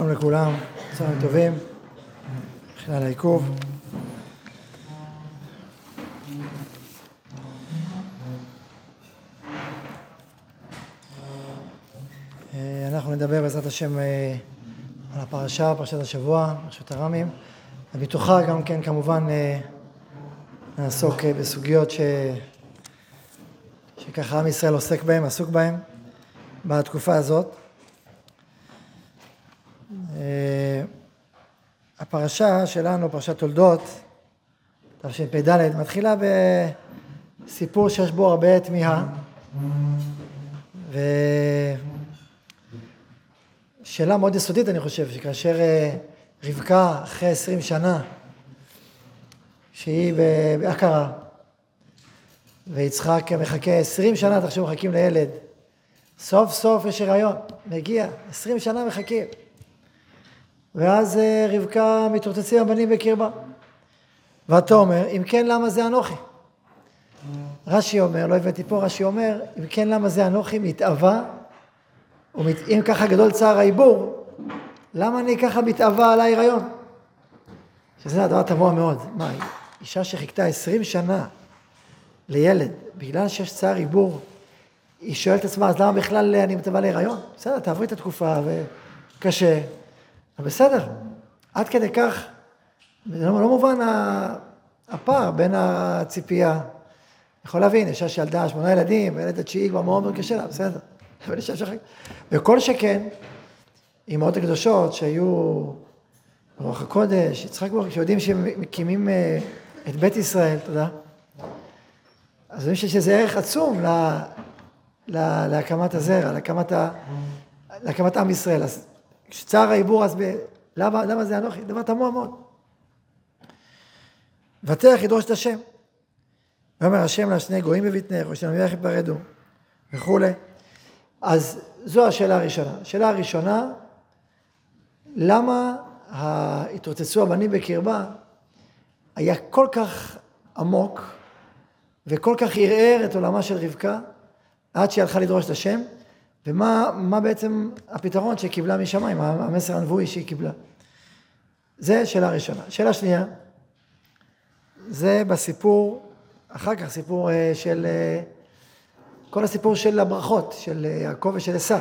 שלום לכולם, צהריים טובים, מחילה על העיכוב. אנחנו נדבר בעזרת השם על הפרשה, פרשת השבוע, פרשת הרמים, ובתוכה גם כן כמובן נעסוק בסוגיות שככה עם ישראל עוסק בהם, עסוק בהם בתקופה הזאת. הפרשה שלנו, פרשת תולדות, תשפ"ד, מתחילה בסיפור שיש בו הרבה תמיהה, ושאלה מאוד יסודית אני חושב, שכאשר רבקה אחרי 20 שנה, שהיא בהכרה, ויצחק מחכה 20 שנה, תחשבו מחכים לילד, סוף סוף יש הריון, מגיע, 20 שנה מחכים. ואז רבקה מתרוצצים הבנים בקרבה. ואתה אומר, אם כן למה זה אנוכי? רש"י אומר, לא הבאתי פה, רש"י אומר, אם כן למה זה אנוכי מתאווה, אם ככה גדול צער העיבור, למה אני ככה מתאווה על ההיריון? שזה הדבר תמוה מאוד. מה, אישה שחיכתה 20 שנה לילד, בגלל שיש צער עיבור, היא שואלת עצמה, אז למה בכלל אני מתאווה להיריון? בסדר, תעברי את התקופה וקשה. בסדר, עד כדי כך, לא מובן הפער בין הציפייה. יכול להבין, אישה שילדה 8 ילדים, וילד התשיעי כבר מאוד קשה לה, בסדר. וכל שכן, אמהות הקדושות שהיו ברוח הקודש, יצחק ברוך, שיודעים שמקימים את בית ישראל, תודה. אז אני חושב שזה ערך עצום להקמת הזרע, להקמת עם ישראל. אז כשצער העיבור, אז למה זה אנוכי? דבר תמוה מאוד. ותלך ידרוש את השם. ואומר השם לה שני גויים בבטנך, או שנביאך יפרדו, וכו'. אז זו השאלה הראשונה. השאלה הראשונה, למה התרוצצו הבנים בקרבה היה כל כך עמוק, וכל כך ערער את עולמה של רבקה, עד שהיא הלכה לדרוש את השם, ומה בעצם הפתרון שקיבלה משמיים, המסר הנבואי שהיא קיבלה. זה שאלה ראשונה. שאלה שנייה, זה בסיפור, אחר כך סיפור של, כל הסיפור של הברכות, של יעקב ושל עשיו.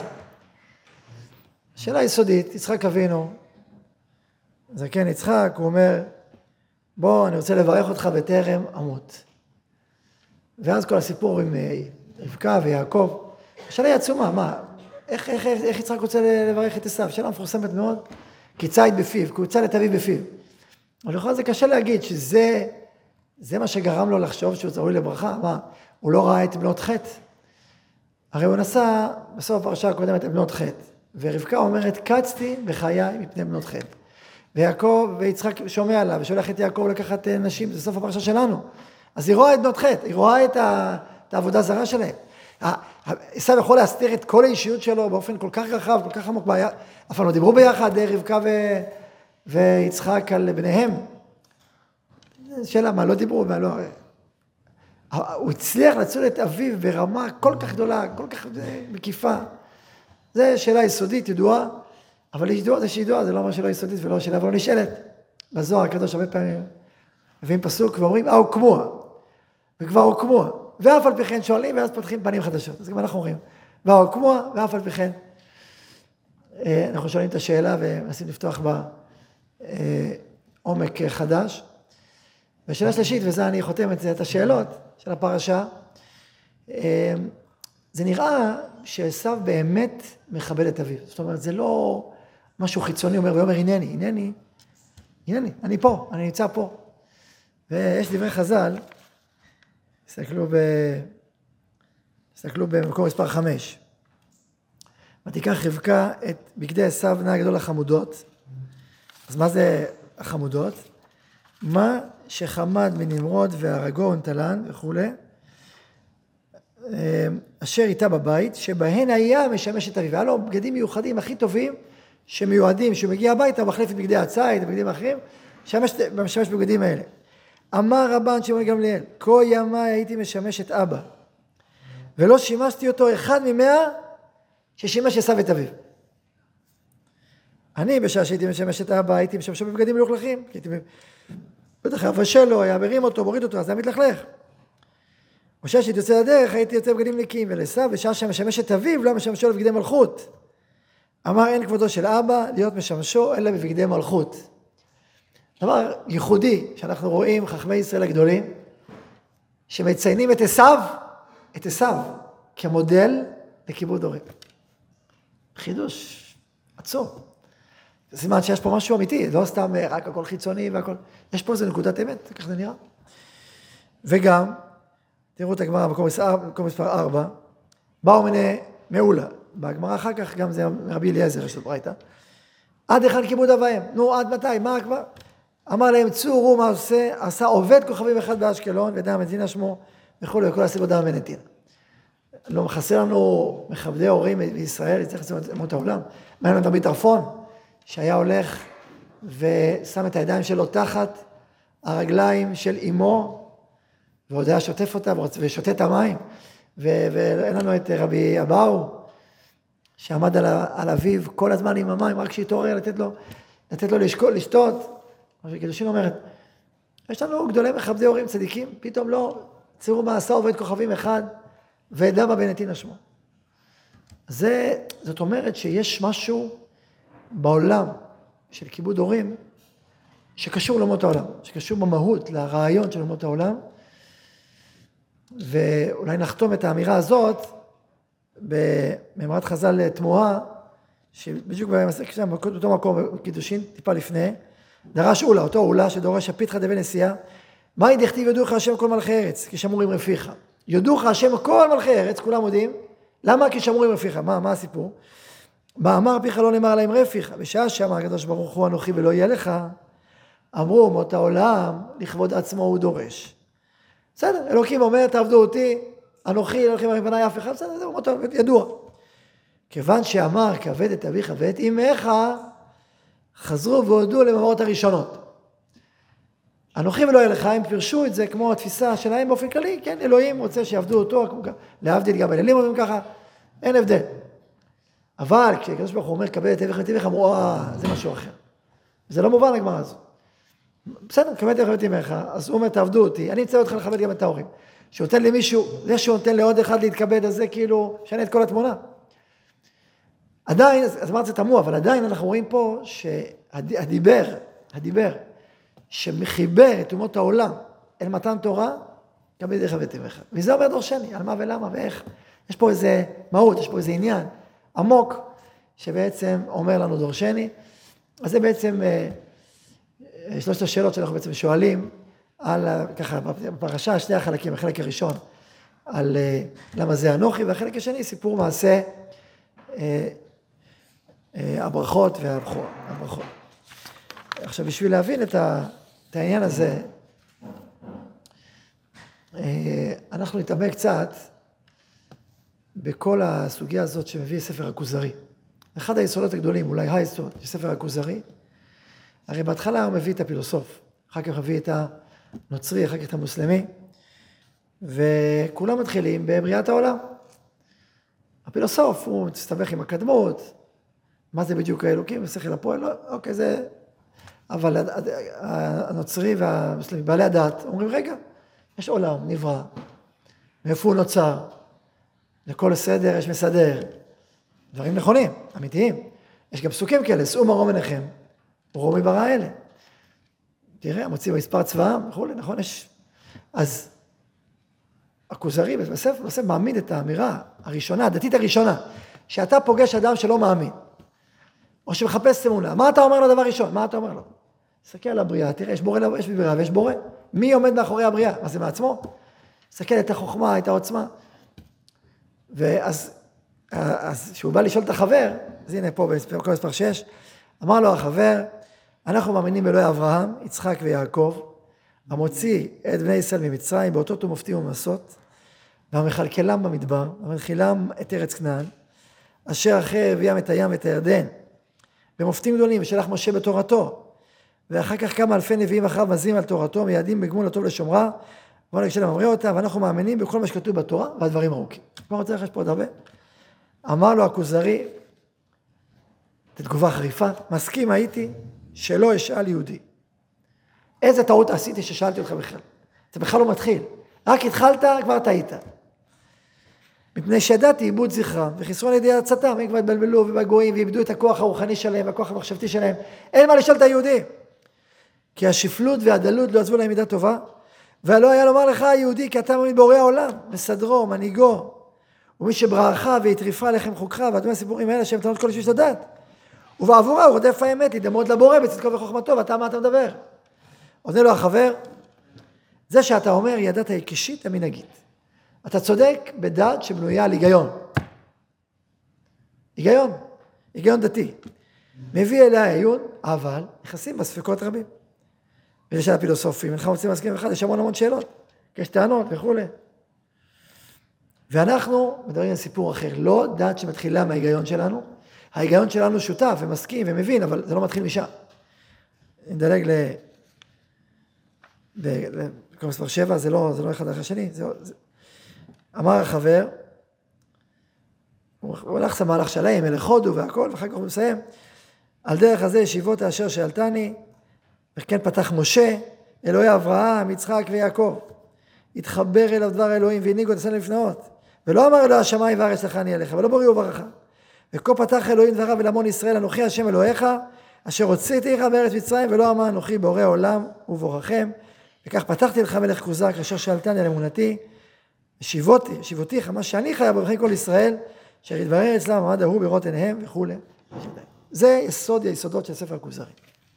שאלה יסודית, יצחק אבינו, זקן יצחק, הוא אומר, בוא, אני רוצה לברך אותך בטרם אמות. ואז כל הסיפור עם רבקה ויעקב, השאלה היא עצומה, מה? איך יצחק רוצה לברך את עשיו? שאלה מפורסמת מאוד, כי ציד בפיו, כי הוא ציד את אביו בפיו. אבל לכן זה קשה להגיד שזה מה שגרם לו לחשוב שהוא ראוי לברכה. מה? הוא לא ראה את בנות חטא. הרי הוא נסע בסוף הפרשה הקודמת את בנות חטא. ורבקה אומרת, קצתי בחיי מפני בנות חטא. ויעקב ויצחק שומע עליו, ושולח את יעקב לקחת נשים, זה סוף הפרשה שלנו. אז היא רואה את בנות חטא, היא רואה את העבודה זרה שלהם. עשיו יכול להסתיר את כל האישיות שלו באופן כל כך רחב, כל כך עמוק בעיה, אף פעם לא דיברו ביחד, רבקה ויצחק על בניהם. שאלה, מה, לא דיברו? מה, לא... הוא הצליח לצול את אביו ברמה כל כך גדולה, כל כך מקיפה. זו שאלה יסודית, ידועה, אבל ידועה, זה לא אומר שלא יסודית ולא שאלה, אבל לא נשאלת. בזוהר הקדוש הרבה פעמים מביאים פסוק ואומרים, הוקמוה, וכבר הוקמוה. ואף על פי כן שואלים, ואז פותחים פנים חדשות. אז גם אנחנו אומרים, והוקמוה, ואף על פי כן. אנחנו שואלים את השאלה ומנסים לפתוח בה עומק חדש. ושאלה שלישית, וזה אני חותם את השאלות של הפרשה, זה נראה שעשיו באמת מכבד את אביו. זאת אומרת, זה לא משהו חיצוני, הוא אומר, ואומר, הנני, אני פה, אני נמצא פה. ויש דברי חז"ל, תסתכלו במקום מספר 5. ותיקח רבקה את בגדי עשיו בנה הגדול החמודות. אז מה זה החמודות? מה שחמד מנמרוד והרגו ונטלן וכו'. אשר איתה בבית, שבהן היה משמש את אביו. היה לו בגדים מיוחדים הכי טובים, שמיועדים, שהוא מגיע הביתה, הוא מחליף את בגדי הציד, בגדים אחרים, משמש בבגדים האלה. אמר רבן שמעון גמליאל, כה ימיי הייתי משמש את אבא, ולא שימשתי אותו אחד מ100 ששימש עשיו את אביו. אני בשעה שהייתי משמש את אבא, הייתי משמשו בבגדים מלוכלכים, כי הייתי בטח היה מבשל לו, היה מרים אותו, מוריד אותו, אז היה מתלכלך. בשעה שהייתי יוצא לדרך, הייתי יוצא בבגדים נקיים, ולעשו, בשעה שמשמש את אביו, לא משמשו בבגדי מלכות. אמר, אין כבודו של אבא להיות משמשו, אלא בבגדי מלכות. דבר ייחודי, שאנחנו רואים חכמי ישראל הגדולים, שמציינים את עשיו, כמודל לכיבוד הורים. חידוש עצום. זה סימן שיש פה משהו אמיתי, לא סתם רק הכל חיצוני והכל, יש פה איזה נקודת אמת, כך זה נראה. וגם, תראו את הגמרא במקום מספר 4, באו מיני מעולה, בגמרא אחר כך גם זה רבי אליעזר יש לו ברייתא, עד היכן כיבוד אביהם, נו עד מתי, מה כבר? אמר להם צורו מה עשה עובד כוכבים אחד באשקלון, ודן מדינה שמו וכו' וכל הסיבות דן בנתינה. לא חסר לנו מכבדי הורים בישראל, צריך לעשות את מות העולם. מה היה לנו תמיד טרפון, שהיה הולך ושם את הידיים שלו תחת הרגליים של אמו, ועוד היה שוטף אותה ושותה את המים. ואין לנו את רבי אבאו, שעמד על אביו כל הזמן עם המים, רק שהתעורר לתת לו לשתות. מה שקידושין אומרת, יש לנו גדולי מכבדי הורים צדיקים, פתאום לא, צאו מה עשה עובד כוכבים אחד, ודמה בנתינה שמו. זאת אומרת שיש משהו בעולם של כיבוד הורים, שקשור למות העולם, שקשור במהות, לרעיון של למות העולם, ואולי נחתום את האמירה הזאת, במאמרת חז"ל תמוהה, שבדיוק באותו מקום קידושין, טיפה לפני, דרש אולה, אותו אולה שדורש הפיתחא דבי נשיאה, מהי דכתיב יודוך השם כל מלכי ארץ, כי שמור עם רפיך. יודוך השם כל מלכי ארץ, כולם יודעים, למה? כי שמור עם רפיך. מה הסיפור? מאמר פיך לא נאמר עליהם רפיך, בשעה שאמר הקדוש ברוך הוא אנוכי ולא יהיה לך, אמרו מות העולם, לכבוד עצמו הוא דורש. בסדר, אלוקים אומר, תעבדו אותי, אנוכי, אלוקים בני אף אחד, בסדר, זהו, ידוע. כיוון שאמר, כבד את אביך ואת אמך, חזרו והודו למאמרות הראשונות. אנוכי ולא יהיה לך, הם פירשו את זה כמו התפיסה שלהם באופן כללי, כן, אלוהים רוצה שיעבדו אותו, להבדיל גם אלילים אומרים ככה, אין הבדל. אבל כשהקדוש ברוך הוא אומר, כבד את אביך ואת אמך, אמרו, זה משהו אחר. זה לא מובן הגמרא הזו. בסדר, כבד את אביך ואת אמך, אז הוא אומר, תעבדו אותי, אני אמצא אותך לכבד גם את ההורים. שהוא נותן למישהו, זה שהוא נותן לעוד אחד להתכבד, אז זה כאילו, שנה את כל התמונה. עדיין, אז אמרת זה תמוה, אבל עדיין אנחנו רואים פה שהדיבר, שמחיבר את אומות העולם אל מתן תורה, כבד את אביך ואת אמך. וזה אומר דורשני, על מה ולמה ואיך. יש פה איזה מהות, יש פה איזה עניין עמוק, שבעצם אומר לנו דורשני. אז זה בעצם שלושת השאלות שאנחנו בעצם שואלים, על ככה, בפרשה, שני החלקים, החלק הראשון, על למה זה אנוכי, והחלק השני, סיפור מעשה, הברכות והברכות. עכשיו, בשביל להבין את העניין הזה, אנחנו נתעמק קצת בכל הסוגיה הזאת שמביא ספר הכוזרי. אחד היסודות הגדולים, אולי היסוד, של ספר הכוזרי, הרי בהתחלה הוא מביא את הפילוסוף, אחר כך מביא את הנוצרי, אחר כך את המוסלמי, וכולם מתחילים בבריאת העולם. הפילוסוף הוא מסתבך עם הקדמות, מה זה בדיוק האלוקים, השכל הפועל, לא, אוקיי, זה... אבל הנוצרי והמוסלמי, בעלי הדת, אומרים, רגע, יש עולם, נברא, מאיפה הוא נוצר, לכל סדר יש מסדר, דברים נכונים, אמיתיים. יש גם פסוקים כאלה, שאו מרום עיניכם, וראו מי ברא אלה. תראה, מוצאים מספר צבאם, וכולי, נכון, יש... אז הכוזרי בספר מעמיד את האמירה הראשונה, הדתית הראשונה, שאתה פוגש אדם שלא מאמין, או שמחפש אמונה, מה אתה אומר לו דבר ראשון? מה אתה אומר לו? תסתכל על הבריאה, תראה, יש בורא, יש בריאה ויש בורא. מי עומד מאחורי הבריאה? מה זה מעצמו? תסתכל את החוכמה, את העוצמה. ואז כשהוא בא לשאול את החבר, אז הנה פה בכל מספר 6, אמר לו החבר, אנחנו מאמינים באלוהי אברהם, יצחק ויעקב, המוציא את בני ישראל ממצרים, באותות ומופתים ומסות, והמכלכלם במדבר, והמנחילם את ארץ כנען, אשר אחרי הביאם את הים ואת הירדן, במופתים גדולים, ושלח משה בתורתו, ואחר כך כמה אלפי נביאים אחריו מזים על תורתו, מייעדים בגמול הטוב לשומרה, ואנו כשלם אמרה אותה, ואנחנו מאמינים בכל מה שכתוב בתורה, והדברים ארוכים. מה רוצה לך, יש פה עוד הרבה? אמר לו הכוזרי, את תגובה חריפה, מסכים הייתי שלא אשאל יהודי. איזה טעות עשיתי ששאלתי אותך בכלל? זה בכלל לא מתחיל. רק התחלת, כבר טעית. מפני שידעתי איבוד זכרם וחסרון ידי עצתם, הם כבר התבלבלו ובגויים ואיבדו את הכוח הרוחני שלהם והכוח המחשבתי שלהם. אין מה לשאול את היהודים. כי השפלות והדלות לא עזבו להם מידה טובה, ולא היה לומר לך היהודי, כי אתה מאמין בורא העולם, מסדרו, מנהיגו, ומי שברך והטריפה לכם חוקך, ואתם הסיפורים האלה שהם תנות כל איש לדעת. ובעבורה הוא רודף האמת, להידמות לבורא בצדקו וחוכמתו, ואתה מה אתה מדבר? עונה לו החבר, זה שאתה אומר ידעת היקשית המנהגית. אתה צודק בדעת שבנויה על היגיון. היגיון דתי. מביא אליה העיון, אבל נכנסים בספקות רבים. וזה של הפילוסופים, אינך מוצאים מסכים אחד, יש המון שאלות, יש טענות וכו'. ואנחנו מדברים על סיפור אחר, לא דעת שמתחילה מההיגיון שלנו, ההיגיון שלנו שותף ומסכים ומבין, אבל זה לא מתחיל משם. נדלג כל מספר 7, זה לא אחד אחר השני, אמר החבר, הוא הולך את המהלך שלהם, מלך הודו והכל, ואחר כך הוא מסיים, על דרך הזה ישיבות האשר שאלתני, וכן פתח משה, אלוהי אברהם, יצחק ויעקב, התחבר אליו דבר אלוהים והנהיגו את עשנו לפנאות, ולא אמר אלוהי השמיים והארץ לכני אליך, ולא בוריאו ברכה, וכה פתח אלוהים דבריו אל המון ישראל, אנוכי השם אלוהיך, אשר הוצאתיך בארץ מצרים, ולא אמר אנוכי בורא עולם ובורכם, וכך פתחתי לך מלך כוזר, כאשר שאלתני על אמונתי, ישיבותיך, מה שאני חייב בבחי כל ישראל, אשר יתברר אצלם המעמד ההוא בראות עיניהם וכו'. זה יסוד היסודות של ספר הכוזרי.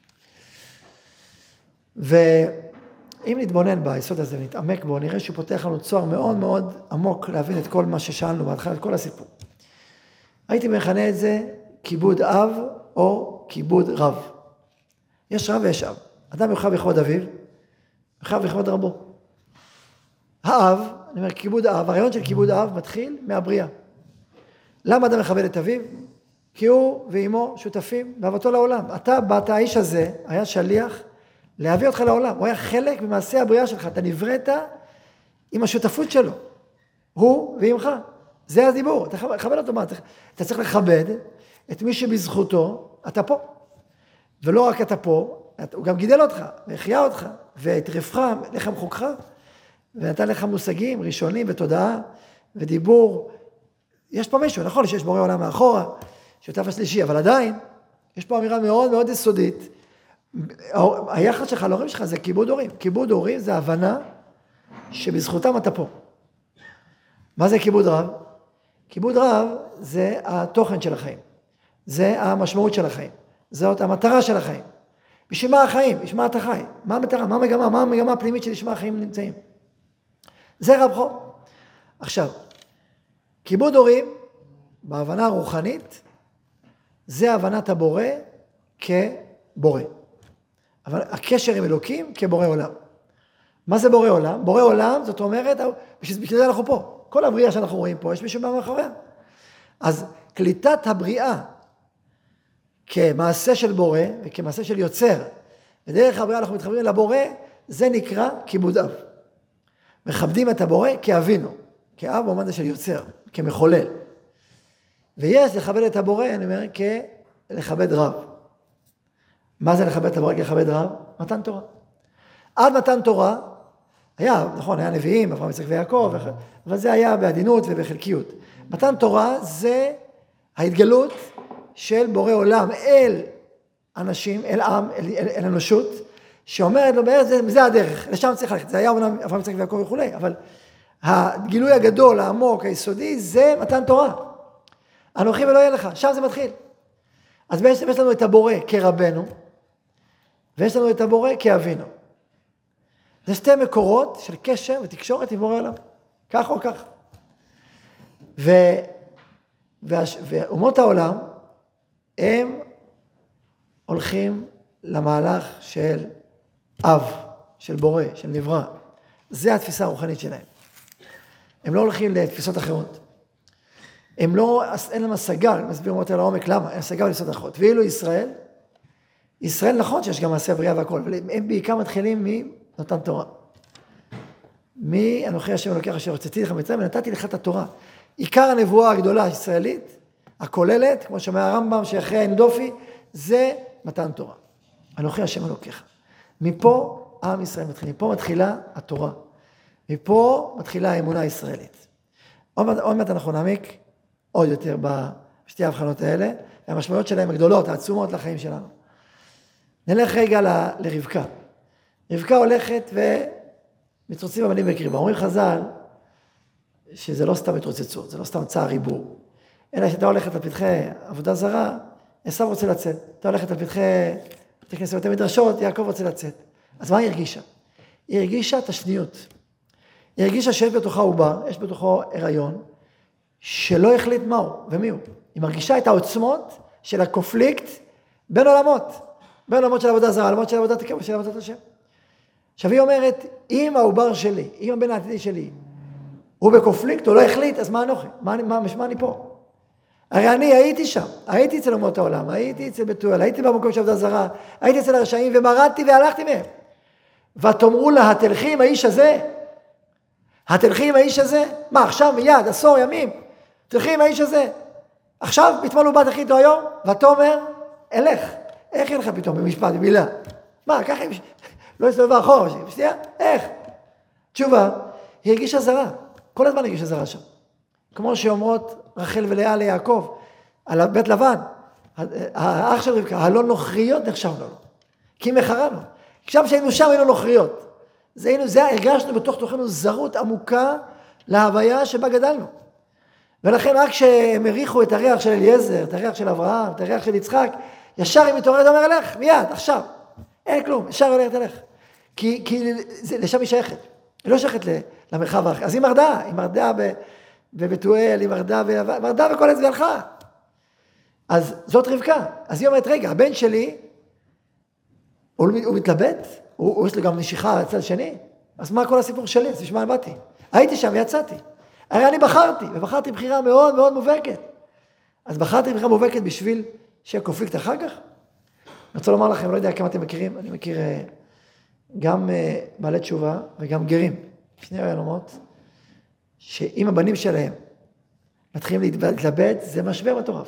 ואם נתבונן ביסוד הזה ונתעמק בו, נראה שהוא פותח לנו צוהר מאוד מאוד עמוק להבין את כל מה ששאלנו בהתחלה, את כל הסיפור. הייתי מכנה את זה כיבוד אב או כיבוד רב. יש רב ויש אב. אדם יוכל בכבוד אביו, יוכל בכבוד רבו. האב, אני אומר כיבוד אב, הרעיון של כיבוד אב מתחיל מהבריאה. למה אדם מכבד את אביו? כי הוא ואימו שותפים באהבתו לעולם. אתה באת, האיש הזה היה שליח להביא אותך לעולם. הוא היה חלק ממעשה הבריאה שלך. אתה נבראת עם השותפות שלו. הוא ואימך. זה הדיבור. אתה מכבד אותו. אתה צריך לכבד את מי שבזכותו אתה פה. ולא רק אתה פה, הוא גם גידל אותך, והחיה אותך, והטרפך לחם חוקך, ונתן לך מושגים ראשונים ותודעה ודיבור. יש פה מישהו, נכון שיש בורא עולם מאחורה, שותף השלישי, אבל עדיין יש פה אמירה מאוד מאוד יסודית. היחד שלך להורים שלך זה כיבוד הורים. כיבוד הורים זה הבנה שבזכותם אתה פה. מה זה כיבוד רב? כיבוד רב זה התוכן של החיים. זה המשמעות של החיים. זאת המטרה של החיים. בשביל מה החיים? בשביל מה אתה חי? מה המטרה? מה המגמה? מה המגמה הפנימית שלשמה החיים נמצאים? זה רב חו. עכשיו, כיבוד הורים, בהבנה הרוחנית, זה הבנת הבורא כבורא. אבל הקשר עם אלוקים כבורא עולם. מה זה בורא עולם? בורא עולם, זאת אומרת, בשביל זה אנחנו פה. כל הבריאה שאנחנו רואים פה, יש מישהו מאחוריה. אז קליטת הבריאה כמעשה של בורא וכמעשה של יוצר, ודרך הבריאה אנחנו מתחברים לבורא, זה נקרא כיבוד אב. מכבדים את הבורא כאבינו, כאב במובן של יוצר, כמחולל. ויש לכבד את הבורא, אני אומר, כלכבד רב. מה זה לכבד את הבורא כלכבד רב? מתן תורה. עד מתן תורה, היה, נכון, היה נביאים, אברהם, יצחק ויעקב, אבל זה היה בעדינות ובחלקיות. מתן תורה זה ההתגלות של בורא עולם אל אנשים, אל עם, אל אנושות, שאומרת לו, זה הדרך, לשם צריך ללכת. זה היה אומנם אברהם, יצחק ויעקב וכו', אבל הגילוי הגדול, העמוק, היסודי, זה מתן תורה. אנוכי ולא יהיה לך, שם זה מתחיל. אז בעצם יש לנו את הבורא כרבנו, ויש לנו את הבורא כאבינו. זה שתי מקורות של קשר ותקשורת עם בורא עולם, כך או כך. ואומות העולם, הם הולכים למהלך של אב, של בורא, של נברא. זה התפיסה הרוחנית שלהם. הם לא הולכים לתפיסות אחרות. הם לא, אין להם השגה, אני מסביר אותה לעומק, למה? אין השגה לתפיסות אחרות. ואילו ישראל נכון שיש גם מעשה הבריאה והכל, אבל הם בעיקר מתחילים ממתן תורה. אנוכי השם אלוקיך אשר הוצאתי לך ממצרים ונתתי לך את התורה. עיקר הנבואה הגדולה הישראלית הכוללת, כמו שאומר הרמב"ם, שאחרי אין דופי, זה מתן תורה. אנוכי השם אלוקיך. מפה עם ישראל מתחיל, מפה מתחילה התורה. מפה מתחילה האמונה הישראלית. עוד מעט אנחנו נעמיק עוד יותר בשתי ההבחנות האלה, והמשמעויות שלהם הגדולות, העצומות לחיים שלנו. נלך רגע לרבקה. רבקה הולכת ומתרוצצים הבנים בקרבה. אומרים חז"ל שזה לא סתם מתרוצצות, זה לא סתם צער ריבור. אלא שאתה הולכת על פתחי עבודה זרה, עשיו רוצה לצאת. אתה הולכת על פתחי כנסת בתי מדרשות, יעקב רוצה לצאת. אז מה היא הרגישה? היא הרגישה את השניות. היא הרגישה שיש בתוכה עובר, יש בתוכו הריון, שלא החליט מהו ומי הוא. היא מרגישה את העוצמות של הקונפליקט בין עולמות. בין עולמות של עבודה זרה, עולמות של עבודת השם. עכשיו היא אומרת, אם העובר שלי, אם הבן העתידי שלי, הוא בקונפליקט, הוא לא החליט, אז מה אנוכי? מה אני פה? הרי אני הייתי שם, הייתי אצל אומות העולם, הייתי אצל בתואל, הייתי במקום של עבודה זרה, הייתי אצל הרשעים ומרדתי והלכתי מהם. ותאמרו לה, התלכי עם האיש הזה? התלכי עם האיש הזה? מה, עכשיו מיד, עשור ימים, תלכי עם האיש הזה. עכשיו, פתאום הוא בא תחי איתו היום, ותאמר, אלך. איך ילך פתאום במשפט, במילה? מה, ככה, לא יסתובבה אחורה, שנייה, איך? תשובה, היא הרגישה זרה, כל הזמן הרגישה זרה שם. כמו שאומרות רחל ולאה ליעקב, על בית לבן, האח של רבקה, הלא נוכריות נחשבנו לו, כי מחרנו. עכשיו שהיינו שם היינו נוכריות. זה הרגשנו בתוך תוכנו זרות עמוקה להוויה שבה גדלנו. ולכן רק כשהם הריחו את הריח של אליעזר, את הריח של אברהם, את הריח של יצחק, ישר היא מתעוררת ואומר, לך, מיד, עכשיו. אין כלום, ישר הולכת אלך. כי לשם היא שייכת. היא לא שייכת למרחב האחר. אז היא מרדה בבתואל, היא מרדה בכל עץ והלכה. אז זאת רבקה. אז היא אומרת, רגע, הבן שלי, הוא מתלבט? יש לו גם נשיכה לצד שני? אז מה כל הסיפור שלי? אז בשביל מה באתי? הייתי שם ויצאתי. הרי אני בחרתי, ובחרתי בחירה מאוד מאוד מובהקת. אז בחרתי בחירה מובהקת בשביל שיהיה קונפליקט אחר כך. אני רוצה לומר לכם, לא יודע כמה אתם מכירים, אני מכיר גם בעלי תשובה וגם גרים, שני העולמות, שאם הבנים שלהם מתחילים להתלבט, זה משבר מטורף.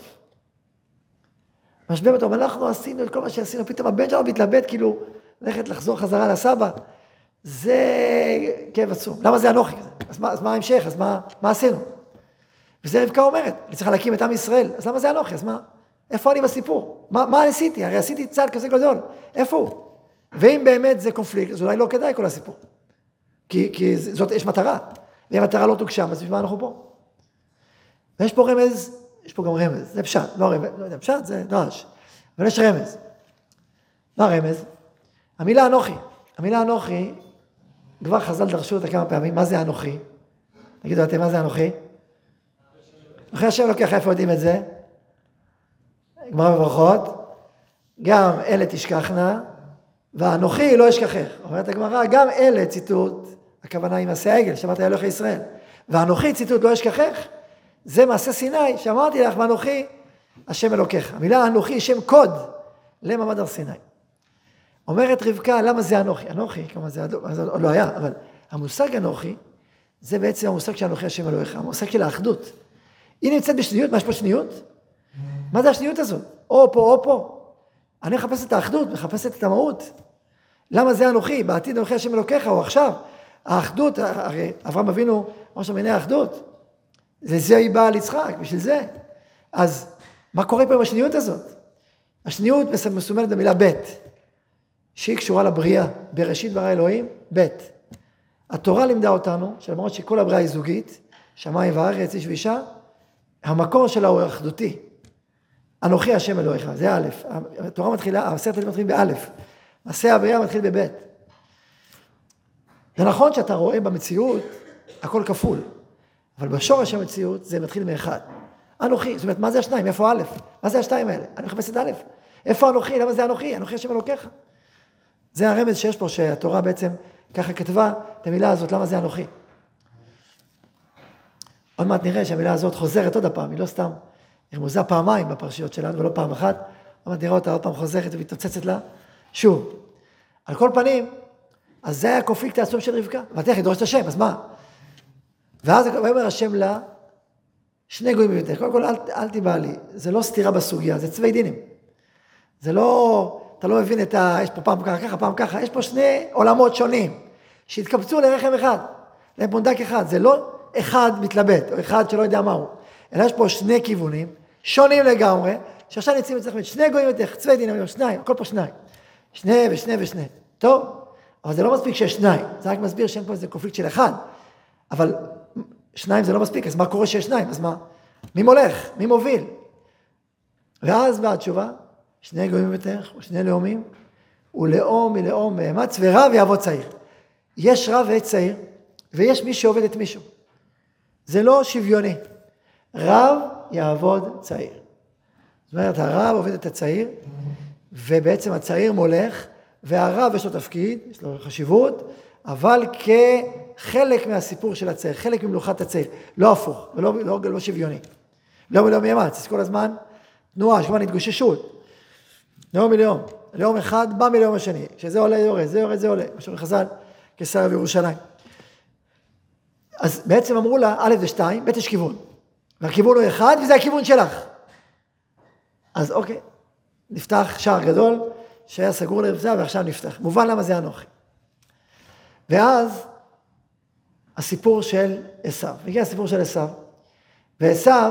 משבר מטורף, אנחנו עשינו את כל מה שעשינו, פתאום הבן שלנו מתלבט, כאילו, ללכת לחזור חזרה לסבא, זה כאב עצום. למה זה אנוכי? אז מה ההמשך? אז מה עשינו? וזה רבקה אומרת, אני צריכה להקים את עם ישראל, אז למה זה אנוכי? אז מה? איפה אני בסיפור? מה עשיתי? הרי עשיתי צעד כזה גדול, איפה הוא? ואם באמת זה קונפליקט, אז אולי לא כדאי כל הסיפור. כי זאת, יש מטרה, ואם המטרה לא תוגשם, אז בשביל מה אנחנו פה? ויש פה רמז, יש פה גם רמז, זה פשט, לא רמז, לא יודע, פשט זה דרש, אבל יש רמז. מה הרמז? המילה אנוכי, כבר חז"ל דרשו אותה כמה פעמים, מה זה אנוכי? תגידו אתם, מה זה אנוכי? אחרי השם לוקח, איפה יודעים את זה? גמרא בברכות, גם אלה תשכחנה, ואנוכי לא אשכחך. אומרת הגמרא, גם אלה ציטוט, הכוונה היא מעשה העגל, שמעת אלוהי ישראל, ואנוכי ציטוט לא אשכחך, זה מעשה סיני, שאמרתי לך, ואנוכי השם אלוקיך. המילה אנוכי שם קוד למעמד הר סיני. אומרת רבקה, למה זה אנוכי? אנוכי, כלומר זה עוד לא היה, אבל המושג אנוכי, זה בעצם המושג של אנוכי השם אלוהיך, המושג של האחדות. היא נמצאת בשניות, מה יש פה שניות? מה זה השניות הזאת? או פה או פה. אני מחפשת את האחדות, מחפשת את המהות. למה זה אנוכי? בעתיד אנוכי השם אלוקיך, או עכשיו. האחדות, הרי אברהם אבינו, מה שמעיני האחדות, לזה היא באה על יצחק, בשביל זה. אז מה קורה פה עם השניות הזאת? השניות מסומנת במילה בית, שהיא קשורה לבריאה, בראשית ברא אלוהים, בית. התורה לימדה אותנו, שלמרות שכל הבריאה היא זוגית, שמיים וארץ, איש ואישה, המקור שלה הוא אחדותי. אנוכי השם אלוהיך, זה א', התורה מתחילה, עשרת הדיברות מתחילים באלף, מעשה הבריאה מתחיל בבית. זה נכון שאתה רואה במציאות, הכל כפול, אבל בשורש המציאות זה מתחיל מאחד. אנוכי, זאת אומרת, מה זה השניים? איפה א'? מה זה השתיים האלה? אני מחפש את א'. איפה אנוכי? למה זה אנוכי? אנוכי השם אלוקיך. זה הרמז שיש פה, שהתורה בעצם ככה כתבה את המילה הזאת, למה זה אנוכי. עוד מעט נראה שהמילה הזאת חוזרת עוד הפעם, היא לא סתם רמוזה פעמיים בפרשיות שלנו, ולא פעם אחת, עוד מעט נראה אותה עוד פעם חוזרת ומתוצצת לה, שוב. על כל פנים, אז זה היה הקונפליקט העצום של רבקה, ותך, היא דורשת השם, אז מה? ואז אומר השם לה, שני גויים ביותר. קודם כל, אל תיבא לי, זה לא סתירה בסוגיה, זה צווי דינים. זה לא, אתה לא מבין יש פה פעם ככה, פעם ככה, יש פה שני עולמות שונים, שהתקבצו לרחם אחד, לפונדק אחד, זה לא אחד מתלבט, או אחד שלא יודע מהו, אלא יש פה שני כיוונים, שונים לגמרי, שעכשיו נצאים אצלכם, שני גויים יותר, צווי דינים, שניים, הכל פה שניים, שני ושני ושני, טוב, אבל זה לא מספיק שיש שניים, זה רק מסביר שאין פה איזה קונפליקט של אחד, אבל שניים זה לא מספיק, אז מה קורה שיש שניים, אז מה? מי מולך? מי מוביל? ואז באה התשובה, שני גויים יותר, או שני לאומים, ולאום מלאום מאמץ, ורב יעבוד צעיר. יש רב ויש צעיר, ויש מי שעובד את מישהו. זה לא שוויוני. רב יעבוד צעיר. זאת אומרת, הרב עובד את הצעיר, ובעצם הצעיר מולך, והרב יש לו תפקיד, יש לו חשיבות, אבל כחלק מהסיפור של הצעיר, חלק ממלוכת הצעיר, לא הפוך, ולא שוויוני. לא מאמץ, אז כל הזמן תנועה, שכבר התגוששות. לאום מלאום, לאום אחד בא מלאום השני, שזה עולה יורד, זה יורד, זה עולה, מה שאומר חז"ל, כשר בירושלים. אז בעצם אמרו לה, א' זה 2, ב' יש כיוון, והכיוון הוא אחד, וזה הכיוון שלך. אז אוקיי, נפתח שער גדול, שהיה סגור לרבזה, ועכשיו נפתח. מובן למה זה אנוכי. ואז, הסיפור של עשיו, הגיע הסיפור של עשיו, ועשיו,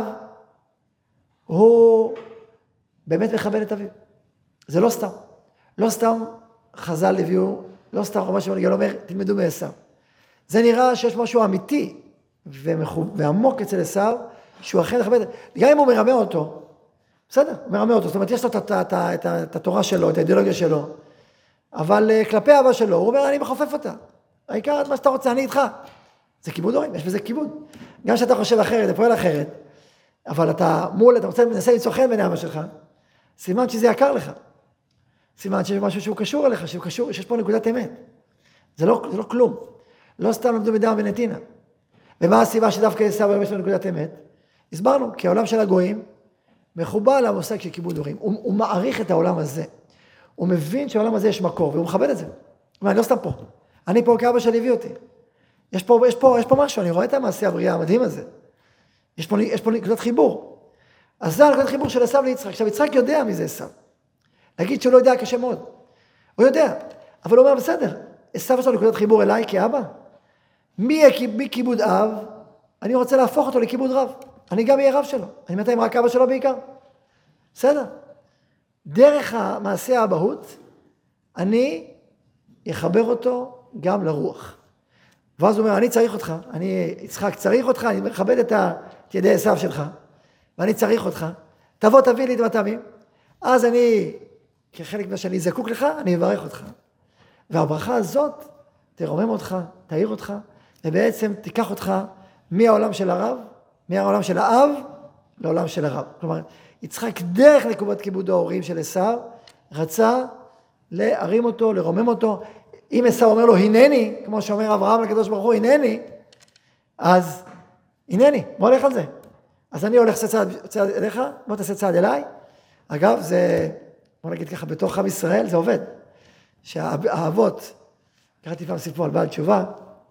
הוא באמת מכבד את אביו. זה לא סתם. לא סתם חז"ל הביאו, לא סתם רבי שמעון גל אומר, תלמדו מעשיו. זה נראה שיש משהו אמיתי ועמוק אצל עשיו, שהוא אכן מכבד. גם אם הוא מרמה אותו, בסדר, הוא מרמה אותו. זאת אומרת, יש לו את התורה שלו, את האידיאולוגיה שלו, אבל כלפי אבא שלו, הוא אומר, אני מחופף אותה. העיקר את מה שאתה רוצה, אני איתך. זה כיבוד הורים, יש בזה כיבוד. גם שאתה חושב אחרת, אתה פועל אחרת, אבל אתה מנסה למצוא חן בעיני אבא שלך, סימן שזה יקר לך. סימן שיש משהו שהוא קשור אליך, שיש פה נקודת אמת. זה לא כלום. לא סתם למדו מדם ונתינה. ומה הסיבה שדווקא עשיו יש לו נקודת אמת? הסברנו, כי העולם של הגויים מחובר למושג של כיבוד הורים. הוא מעריך את העולם הזה. הוא מבין שהעולם הזה יש מקור, והוא מכבד את זה. הוא אומר, אני לא סתם פה. אני פה כי אבא שלי הביא אותי. יש פה משהו, אני רואה את המעשה הבריאה המדהים הזה. יש פה נקודת חיבור. אז זה נקודת חיבור של עשיו ליצחק. עכשיו, יצחק יודע מי זה עשיו. להגיד שהוא לא יודע קשה מאוד. הוא יודע. אבל הוא אומר, בסדר, עשיו יש לו נקודת חיבור אליי כאבא. מכיבוד אב, אני רוצה להפוך אותו לכיבוד רב. אני גם אהיה רב שלו. אני מתאים רק אבא שלו בעיקר. בסדר. דרך המעשה האבהות, אני אחבר אותו גם לרוח. ואז הוא אומר, אני צריך אותך, אני יצחק צריך אותך, אני מכבד את ידי עשיו שלך, ואני צריך אותך, תביא לי את המטעמים, אז אני, כחלק מה שאני זקוק לך, אני אברך אותך. והברכה הזאת תרומם אותך, תאיר אותך, ובעצם תיקח אותך מהעולם של הרב, מהעולם של האב, לעולם של הרב. כלומר, יצחק דרך נקודת כיבוד ההורים של עשיו, רצה להרים אותו, לרומם אותו. אם עשיו אומר לו, הנני, כמו שאומר אברהם לקדוש ברוך הוא, הנני, אז הנני, בוא הולך על זה. אז אני הולך צעד אליך, בוא תעשה צעד אליי. אגב, זה, בוא נגיד ככה, בתוך עם ישראל זה עובד. שהאבות, קראתי פעם סיפור על בעל תשובה,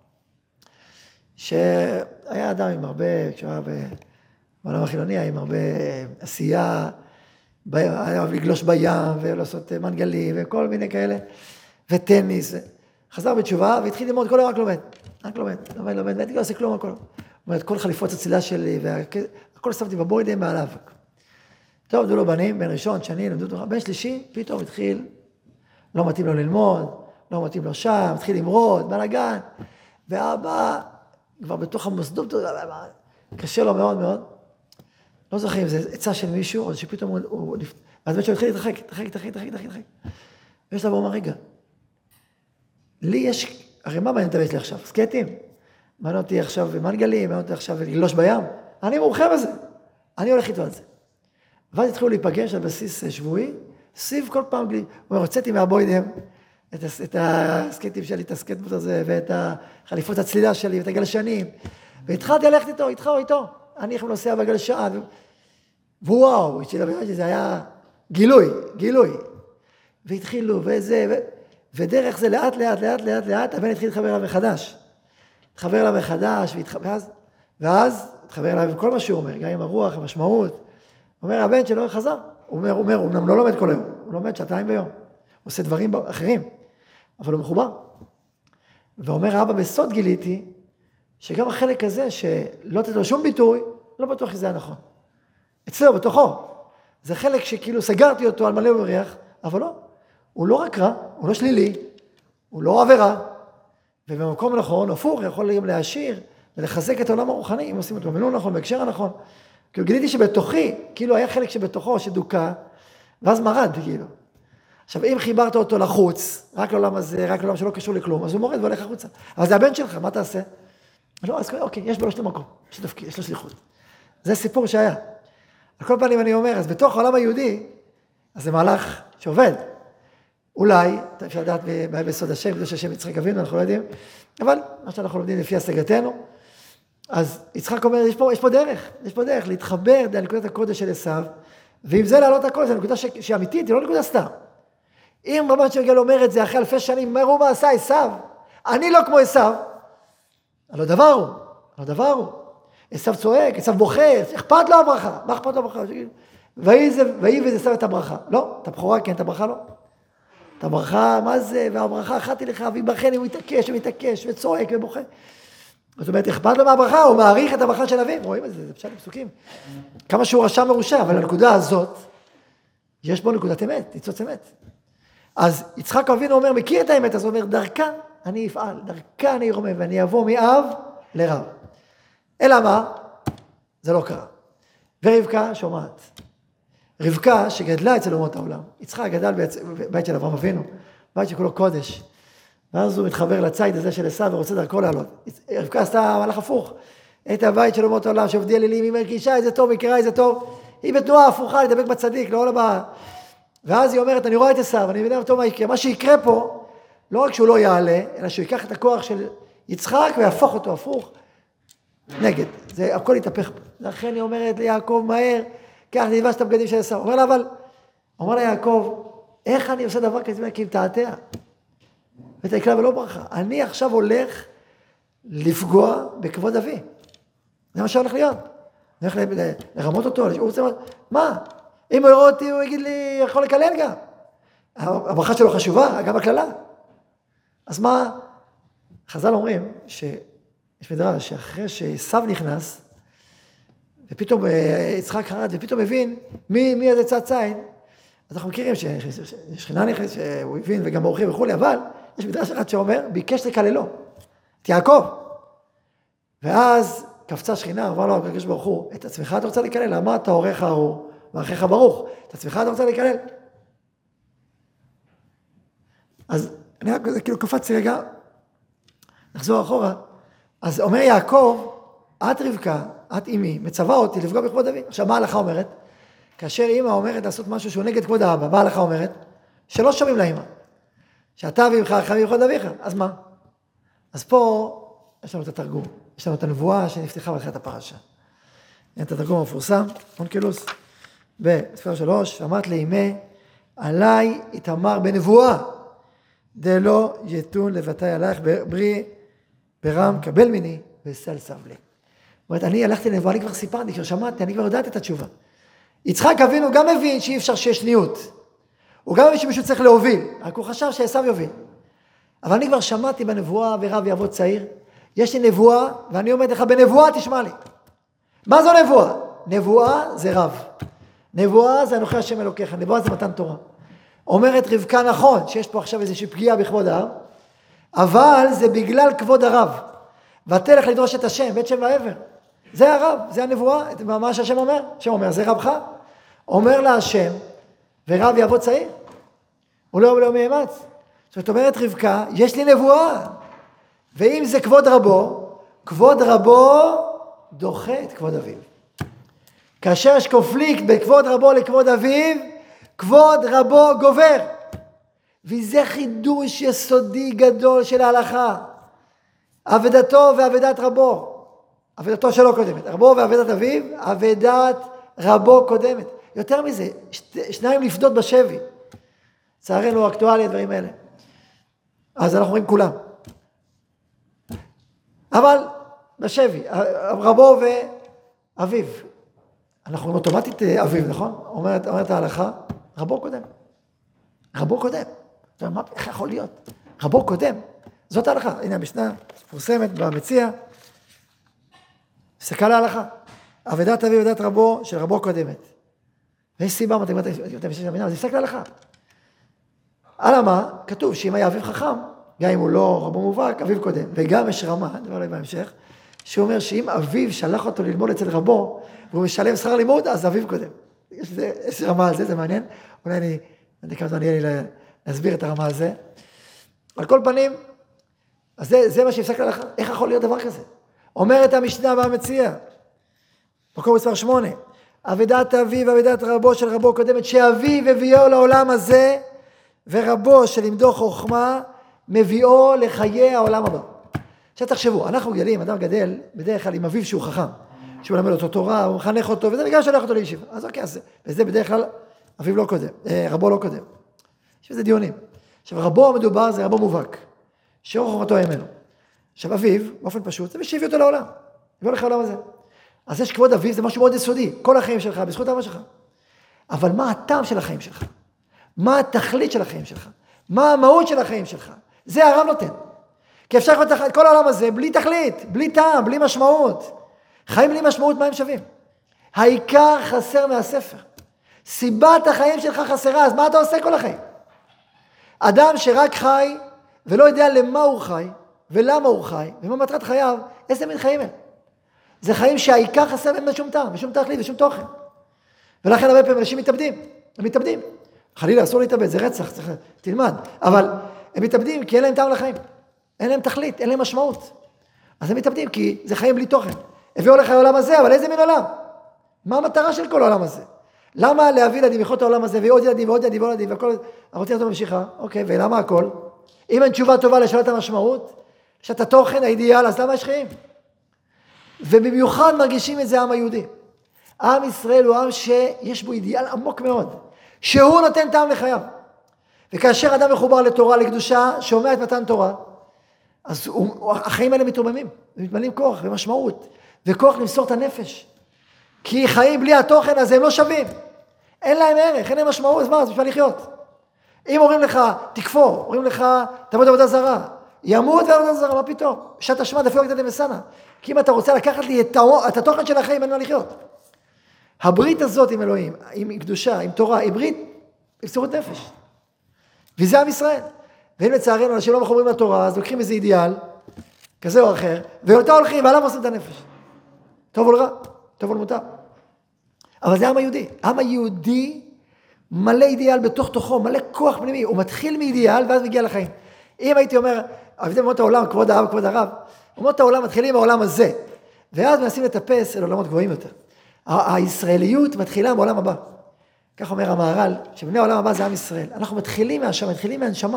שהיה אדם עם הרבה, כשהוא היה בעולם החילוני, עם הרבה עשייה, היה לגלוש בים ולעשות מנגלים וכל מיני כאלה, וטניס. חזר בתשובה והתחיל ללמוד, כל היום רק לומד, והייתי לא עושה כלום הכל. זאת אומרת, כל חליפות הצילה שלי, והכל שמתי בבוידם מעליו. טוב, דו לו בנים, בן ראשון, שני, למדו תורה, בן שלישי, פתאום התחיל, לא מתאים לו ללמוד, לא מתאים לו שם, התחיל למרוד, בלגן, ואבא, כבר בתוך המוסדות, קשה לו מאוד מאוד, לא זוכר אם זה עצה של מישהו, או שפתאום הוא אז באמת שהוא התחיל להתרחק. ויש לה ואומר, רגע, לי יש, הרי מה מעניין תביא לי עכשיו? סקטים? מעניין אותי עכשיו מנגלים, מעניין אותי עכשיו לגלוש בים? אני מומחה בזה, אני הולך איתו על זה. ואז התחילו להיפגש על בסיס שבועי, סביב כל פעם, הוא אומר, הוצאתי מהבוידם את הסקטים שלי, את הסקטבוט הזה, ואת החליפות הצלילה שלי, ואת הגלשנים, והתחלתי ללכת איתו, אני איך נוסע בגלשן, ווואו, זה היה גילוי, והתחילו, ודרך זה לאט, הבן התחיל להתחבר אליו מחדש, ואז מתחבר אליו עם כל מה שהוא אומר, גם עם הרוח, המשמעות. אומר, הבן שלו חזר. הוא אומר, הוא לא לומד כל היום, הוא לומד 2 ביום. הוא עושה דברים אחרים, אבל הוא מחובר. ואומר, אבא, בסוד גיליתי, שגם החלק הזה, שלא תתן לו שום ביטוי, לא בטוח שזה היה נכון. אצלו, בתוכו. זה חלק שכאילו סגרתי אותו על מלא ובריח, אבל לא. הוא לא רק רע, הוא לא שלילי, הוא לא עבירה. ובמקום נכון, הפוך, יכול גם להשאיר ולחזק את העולם הרוחני, אם עושים אותו במילון נכון, בהקשר הנכון. כאילו גיליתי שבתוכי, כאילו היה חלק שבתוכו שדוקה, ואז מרד, כאילו. עכשיו, אם חיברת אותו לחוץ, רק לעולם הזה, רק לעולם שלא קשור לכלום, אז הוא מורד והולך החוצה. אבל זה הבן שלך, מה תעשה? לא, אז אוקיי, יש בו לו מקום, יש לו תפקיד, יש לו שליחות. זה סיפור שהיה. על כל פנים אני אומר, אז בתוך העולם היהודי, אז זה מהלך שעובד. אולי, אפשר לדעת בסוד השם, קדוש השם יצחק אבינו, אנחנו לא יודעים, אבל מה שאנחנו לומדים לפי השגתנו, אז יצחק אומר, יש פה דרך להתחבר לנקודת הקודש של עשיו, ועם זה לעלות הכל, זו נקודה שהיא אמיתית, היא לא נקודה סתם. אם רבן שמואל אומר את זה אחרי 1000 שנים, ראו מה עשה עשיו, אני לא כמו עשיו, לא דבר הוא. עשיו צועק, עשיו בוכה, אכפת לו הברכה, מה אכפת לו הברכה? ויבז עשיו את הברכה, לא, את הבכורה כן, את הברכה לא. את הברכה, מה זה? והברכה אחתי לך, ויבחן, הוא מתעקש וצועק ובוכה. זאת אומרת, אכפת לו מהברכה, הוא מעריך את הברכה של אביו, רואים את זה, זה פשט בפסוקים. כמה שהוא רשע מרושע, אבל הנקודה הזאת, יש בו נקודת אמת, ניצוץ אמת. אז יצחק אבינו אומר, מכיר את האמת, אז הוא אומר, דרכה אני אפעל, דרכה אני ארומם, ואני אבוא מאב לרב. אלא מה? זה לא קרה. ורבקה שומעת. רבקה שגדלה אצל אומות העולם. יצחק גדל בבית של אברהם אבינו, בית שכולו קודש. ואז הוא מתחבר לצייד הזה של עשיו ורוצה דרכו לעלות. רבקה עשתה מהלך הפוך. את הבית של אומות העולם שעובדי אלילים, היא מרגישה איזה טוב, היא קראה איזה טוב. היא בתנועה הפוכה, לדבק בצדיק, לא לבא. ואז היא אומרת, אני רואה את עשיו, אני מבינה טוב מה יקרה. מה שיקרה פה, לא רק שהוא לא יעלה, אלא שהוא ייקח את הכוח של יצחק ויהפוך אותו הפוך. נגד. זה הכל יתהפך. לכן היא אומרת ליעקב מהר, קח נלבש את הבגדים של עשיו. אומר לה יעקב, איך אני עושה דבר כזה? כי אם תעתע. ותקלה ולא ברכה. אני עכשיו הולך לפגוע בכבוד אבי. זה מה שהולך להיות. אני הולך לרמות אותו. הוא רוצה, מה? אם הוא יראה אותי, הוא יגיד לי, יכול לקלל גם. הברכה שלו חשובה, גם הכללה. אז מה? חז"ל אומרים יש מדרש שאחרי שעשיו נכנס, ופתאום יצחק חרד, ופתאום הבין מי איזה צאצאין, אז אנחנו מכירים ששכינה נכנס, שהוא הבין וגם אורחים וכו', אבל יש מדרש אחד שאומר, ביקש לקללו, את יעקב. ואז קפצה שכינה, אמר לו הקדוש ברוך הוא, את עצמך אתה רוצה לקלל? למה אתה אורך ארור, ואחיך ברוך? את עצמך אתה רוצה לקלל? אז אני רק כאילו קפצתי רגע, נחזור אחורה, אז אומר יעקב, את רבקה, את אמי, מצווה אותי לפגוע בכבוד אבי. עכשיו, מה ההלכה אומרת? כאשר אמא אומרת לעשות משהו שהוא נגד כבוד האבא, מה ההלכה אומרת? שלא שומעים לאמא. שאתה ואמך חייבים בכבוד אביך, אז מה? אז פה יש לנו את התרגום, יש לנו את הנבואה שנפתחה בתחילת הפרשה. את התרגום המפורסם, אונקלוס, בספר 3, אמרת לאמי, עליי התאמר בנבואה, דלא יתון לבתי עלייך ברי ברם קבל מיני וסל סבלי. זאת אומרת, אני הלכתי לנבואה, אני כבר סיפרתי, כבר שמעתי, אני כבר יודעת את התשובה. יצחק אבינו גם מבין שאי אפשר שיש שניות. הוא גם מבין שמישהו צריך להוביל, רק הוא חשב שעשיו יוביל. אבל אני כבר שמעתי בנבואה ורב יעבוד צעיר, יש לי נבואה, ואני אומר לך, בנבואה תשמע לי. מה זו נבואה? נבואה זה רב. נבואה זה אנוכי השם אלוקיך, נבואה זה מתן תורה. אומרת רבקה נכון, שיש פה עכשיו איזושהי פגיעה בכבוד האב, אבל זה בגלל כבוד הרב. ותלך לדרוש את השם, בית שם ועבר. זה הרב, זה הנבואה, מה שהשם אומר. השם אומר, זה רבך. אומר לה השם, ורב יעבוד צעיר. הוא לא מאמץ. זאת אומרת רבקה, יש לי נבואה. ואם זה כבוד רבו דוחה את כבוד אביו. כאשר יש קונפליקט בין כבוד רבו לכבוד אביו, כבוד רבו גובר. וזה חידוש יסודי גדול של ההלכה. עבדתו ועבדת רבו. עבדתו שלו קודמת. רבו ועבדת אביו, עבדת רבו קודמת. יותר מזה, שניים לפדות בשבי. צערנו אקטואלי הדברים האלה. אז אנחנו רואים כולם. אבל בשבי, רבו אביו. אנחנו אומרים אוטומטית אביו, נכון? אומרת ההלכה, רבו קודם. רבו קודם. איך יכול להיות? רבו קודם. זאת ההלכה. הנה המשנה מפורסמת במציע. מסתכל להלכה. אבידת אביו ואבידת רבו של רבו קודמת. ויש סיבה, זה מסתכל להלכה. על מה? כתוב שאם היה אביו חכם, גם אם הוא לא רבו מובהק, אביו קודם. וגם יש רמה, נדבר עליו בהמשך, שאומר שאם אביו שלח אותו ללמוד אצל רבו, והוא משלם שכר לימוד, אז אביו קודם. יש רמה על זה, זה מעניין. אולי אני יודע כמה זמן יהיה לי להסביר את הרמה הזה. על כל פנים, אז זה מה שהפסק להלכה. איך יכול להיות דבר כזה? אומרת המשנה והמציע, מקום מספר 8, אבידת אביו ואבידת רבו של רבו קודמת, שאביו הביאו לעולם הזה, ורבו שלמדו חוכמה, מביאו לחיי העולם הבא. עכשיו תחשבו, אנחנו גדלים, אדם גדל בדרך כלל עם אביו שהוא חכם, שהוא למד אותו תורה, הוא מחנך אותו, וזה בגלל שלח אותו לישיבה. אז אוקיי, וזה בדרך כלל אביו לא קודם, רבו לא קודם. עכשיו זה דיונים. עכשיו רבו המדובר זה רבו מובהק, שאור חוכמתו ימנו. עכשיו אביו, באופן פשוט, זה משיב אותו לעולם, יבוא לך לעולם הזה. אז יש כבוד אביו, זה משהו מאוד יסודי, כל החיים שלך, בזכות האבא שלך. אבל מה הטעם של החיים שלך? מה התכלית של החיים שלך? מה המהות של החיים שלך? זה הרב נותן. כי אפשר לקרוא את כל העולם הזה בלי תכלית, בלי טעם, בלי משמעות. חיים בלי משמעות, מה הם שווים? העיקר חסר מהספר. סיבת החיים שלך חסרה, אז מה אתה עושה כל החיים? אדם שרק חי ולא יודע למה הוא חי, ולמה הוא חי, ומה מטרת חייו, איזה מין חיים הם? זה חיים שהעיקר חסר בהם בשום טעם, בשום תכלית, בשום תוכן. ולכן הרבה פעמים אנשים מתאבדים, הם מתאבדים. חלילה, אסור להתאבד, זה רצח, תלמד. אבל הם מתאבדים כי אין להם טעם לחיים. אין להם תכלית, אין להם משמעות. אז הם מתאבדים כי זה חיים בלי תוכן. הביאו לך העולם הזה, אבל איזה מין עולם? מה המטרה של כל העולם הזה? למה להביא ילדים לחיות את העולם הזה, ועוד ילדים ועוד ילדים ועוד ילדים, והכל, הרוצים אותו ממשיכה, אוקיי, ולמה הכל? אם אין תשובה טובה לשאלת המשמעות, לשאלת התוכן, האידיאל, אז למה יש חיים? ובמיוחד מרגישים את זה העם היהודי. עם ישראל הוא עם שיש בו אידיאל עמוק מאוד, שהוא נותן טעם לחייו. וכאשר אדם מחובר לתורה, לקדושה, שומע את מתן תורה, אז החיים האלה מתרוממים, ומתמלאים כוח ומשמעות, וכוח למסור את הנפש. כי חיים בלי התוכן הזה הם לא שווים. אין להם ערך, אין להם משמעות, אז מה, אז בשביל לחיות. אם אומרים לך, תקפור, אומרים לך, תעבוד עבודה זרה, ימות ועבודה זרה, מה פתאום? שעת השמד, אפילו הקטע דמסנה. כי אם אתה רוצה לקחת לי את התוכן של החיים, אין מה לחיות. הברית הזאת עם אלוהים, עם קדושה, עם תורה, היא ברית, היא מסירות נפש. וזה עם ישראל. ואם לצערנו, אנשים לא מחוברים לתורה, אז לוקחים איזה אידיאל, כזה או אחר, ואותה הולכים, ועליו עושים את הנפש. טוב או רע, טוב או מותר. אבל זה העם היהודי. העם היהודי מלא אידיאל בתוך תוכו, מלא כוח פנימי. הוא מתחיל מאידיאל ואז מגיע לחיים. אם הייתי אומר, אביתם אומות העולם, כבוד האב, כבוד הרב, אומות העולם מתחילים מהעולם הזה, ואז מנסים לטפס אל עולמות גבוהים יותר. הישראליות מתחילה בעולם הבא. כך אומר המהר"ל, שבני העולם הבא זה עם ישראל. אנחנו מתחילים מהשמה, מתחילים מהנשמה.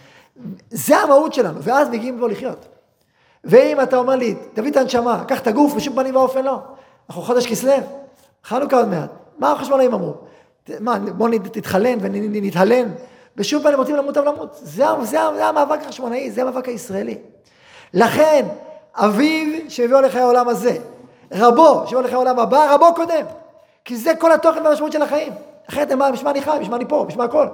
זה המהות שלנו, ואז מגיעים בו לחיות. ואם אתה אומר לי, תביא את הנשמה, קח את הגוף, בשום פנים ואופן לא. אנחנו חודש כסלו, חנוכה עוד מעט. מה החשמונאים אמרו? בוא נתחלן ונתהלן. בשום פנים רוצים למות אבל למות. זה המאבק החשמונאי, זה המאבק הישראלי. לכן, אביו שהביאו לך העולם הזה, רבו שהביאו לך העולם הבא, רבו קודם. כי זה כל התוכן והמשמעות של החיים. אחרת, בשמה אני חי, בשמה אני פה, בשמה הכל.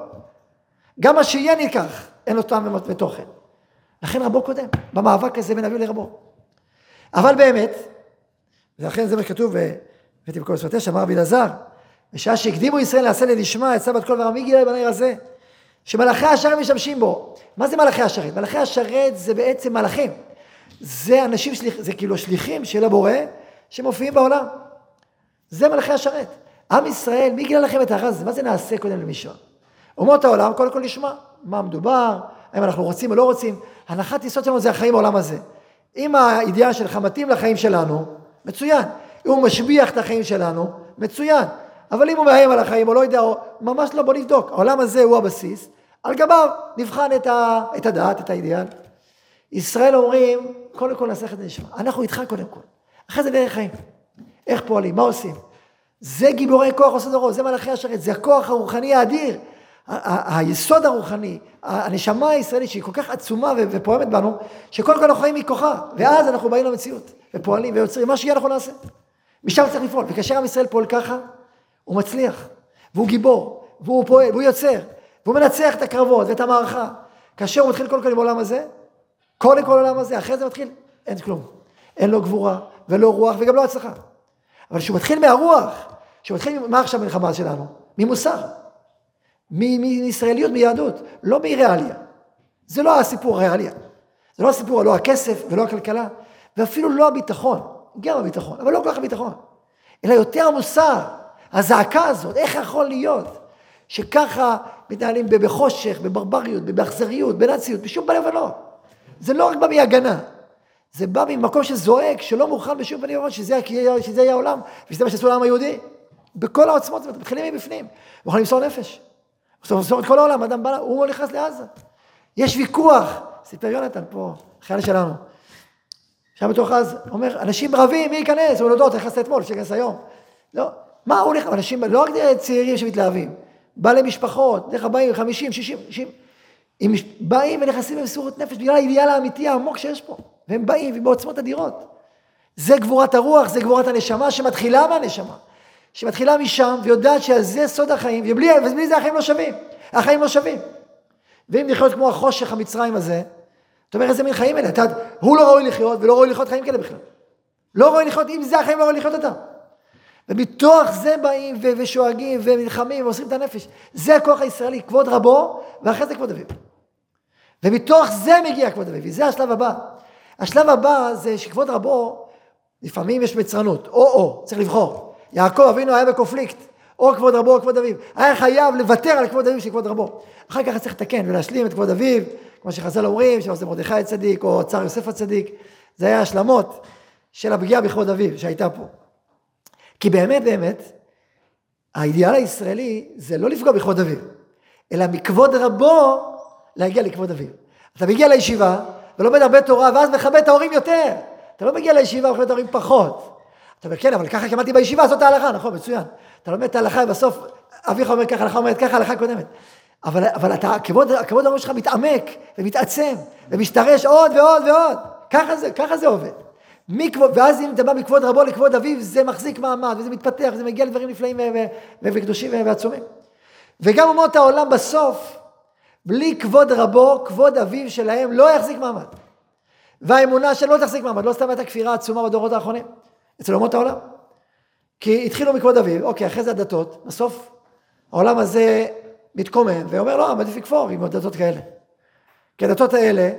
גם מה שיהיה ניקח, אין לו טעם ותוכן. לכן רבו קודם, במאבק הזה בין אביו לרבו. אבל באמת, ולכן זה מה שכתוב, הבאתי בכל ספרתי, שאמר רבי אלעזר, בשעה שהקדימו ישראל לעשה לנשמע, יצא בת כל ורמי גילה בני רזה, שמלאכי השרת משתמשים בו. מה זה מלאכי השרת? מלאכי השרת זה בעצם מלאכים. זה אנשים, זה כאילו שליחים של הבורא, שמופיעים בעולם. זה מלאכי השרת. עם ישראל, מי גילה לכם את הרז? מה זה נעשה קודם למישהו? אומות העולם, קודם כל נשמע, מה מדובר, האם אנחנו רוצים או לא רוצים. הנחת יסוד שלנו זה החיים בעולם הזה. אם האידיאל שלך מתאים לחיים שלנו, מצוין. אם הוא משביח את החיים שלנו, מצוין. אבל אם הוא מאיים על החיים או לא יודע, או ממש לא, בוא נבדוק. העולם הזה הוא הבסיס, על גביו נבחן את הדעת, את האידיאל. ישראל אומרים, קודם כל נעשה את הנשמה. אנחנו איתך קודם כל. אחרי זה דרך חיים. איך פועלים, מה עושים? זה גיבורי כוח עושה דורו, זה מלאכי השרת, זה הכוח הרוחני האדיר. היסוד הרוחני, הנשמה הישראלית שהיא כל כך עצומה ופועמת בנו, שקודם כל אנחנו חיים מכוחה, ואז אנחנו באים למציאות, ופועלים ויוצרים, מה שיהיה אנחנו נעשה. משם צריך לפעול, וכאשר עם ישראל פועל ככה, הוא מצליח, והוא גיבור, והוא פועל, והוא יוצר, והוא מנצח את הקרבות ואת המערכה. כאשר הוא מתחיל קודם כל בעולם הזה, קודם כל בעולם הזה, אחרי זה מתחיל, אין כלום. אין לו גבורה, ולא רוח, וגם לא הצלחה. אבל כשהוא מתחיל מהרוח, כשהוא מתחיל, מה עכשיו המלחמה שלנו? ממוסר, מישראליות, מיהדות, לא מריאליה. זה לא הסיפור הריאליה. זה לא הסיפור, לא הכסף ולא הכלכלה, ואפילו לא הביטחון, גם הביטחון, אבל לא כל כך הביטחון, אלא יותר המוסר, הזעקה הזאת, איך יכול להיות שככה מתנהלים בחושך, בברבריות, באכזריות, בנאציות, בשום פנים ולא. זה לא רק בא מהגנה, זה בא ממקום שזועק, שלא מוכן בשום פנים ולא, שזה יהיה העולם, וזה מה שעשו לעם היהודי. בכל העוצמות, מתחילים מבפנים, מוכנים למסור נפש, למסור את כל העולם, אדם בא, הוא נכנס לעזה. יש ויכוח, סיפר יונתן פה, חייל שלנו, שם בתוך אז, אומר, אנשים רבים, מי ייכנס? הוא נודות, נכנס אתמול, שייכנס היום. לא, מה הוא נכנס? אנשים, לא רק צעירים שמתלהבים, בעלי משפחות, דרך הבאים, 50, 60, 60, באים ונכנסים במסירות נפש, בגלל האידיאל האמיתי העמוק שיש פה, והם באים בעוצמות אדירות. זה גבורת הרוח, זה גבורת הנשמה, שמתחילה מהנשמה, שמתחילה משם, ויודעת שזה סוד החיים, ובלי זה החיים לא שווים, החיים לא שווים. ואם לחיות כמו החושך המצרים הזה, אתה אומר, איזה מין חיים אלה? הוא לא ראוי לחיות, ולא ראוי לחיות חיים כאלה בכלל. לא ראוי לחיות, אם זה החיים לא ראוי לחיות אותם. ומתוך זה באים ושואגים ומלחמים ועושים את הנפש. זה הכוח הישראלי, כבוד רבו, ואחרי זה כבוד אביו. ומתוך זה מגיע כבוד אביו, וזה השלב הבא. השלב הבא זה שכבוד רבו, לפעמים יש מצרנות, או, צריך לבחור. יעקב אבינו היה בקונפליקט, או כבוד רבו או כבוד אביו. היה חייב לוותר על כבוד אביו של כבוד רבו. אחר כך צריך לתקן ולהשלים את כבוד אביו, כמו שחז"ל אומרים, שעושה מרדכי הצדיק, או צר יוסף הצדיק. זה היה השלמות של הפגיעה בכבוד אביו שהייתה פה. כי באמת, האידיאל הישראלי זה לא לפגוע בכבוד אביו, אלא מכבוד רבו להגיע לכבוד אביו. אתה מגיע לישיבה, ולומד הרבה תורה, ואז מכבד את ההורים יותר. אתה לא מגיע לישיבה ומכבד את ההורים פחות. אתה אומר, כן, אבל ככה כמדתי בישיבה, זאת ההלכה, נכון, מצוין. אתה לומד את ההלכה, ובסוף אביך אומר ככה, ההלכה אומרת ככה, ההלכה קודמת. אבל הכבוד הרב שלך מתעמק, ומתעצם, ומשתרש עוד ועוד ועוד. ככה זה עובד. ואז אם אתה בא מכבוד רבו לכבוד אביו, זה מחזיק מעמד, וזה מתפתח, וזה מגיע לדברים נפלאים וקדושים ועצומים. וגם אומות העולם בסוף, בלי כבוד רבו, כבוד אביו שלהם לא יחזיק מעמד. והאמונה שלא תחזיק מעמד, לא סתם הייתה כפירה עצומה בדורות האחרונים, אצל אומות העולם. כי התחילו מכבוד אביו, אוקיי, אחרי זה הדתות, בסוף העולם הזה מתקומם, ואומר, לא, עדיף לכפור עם הדתות כאלה. כי הדתות האלה,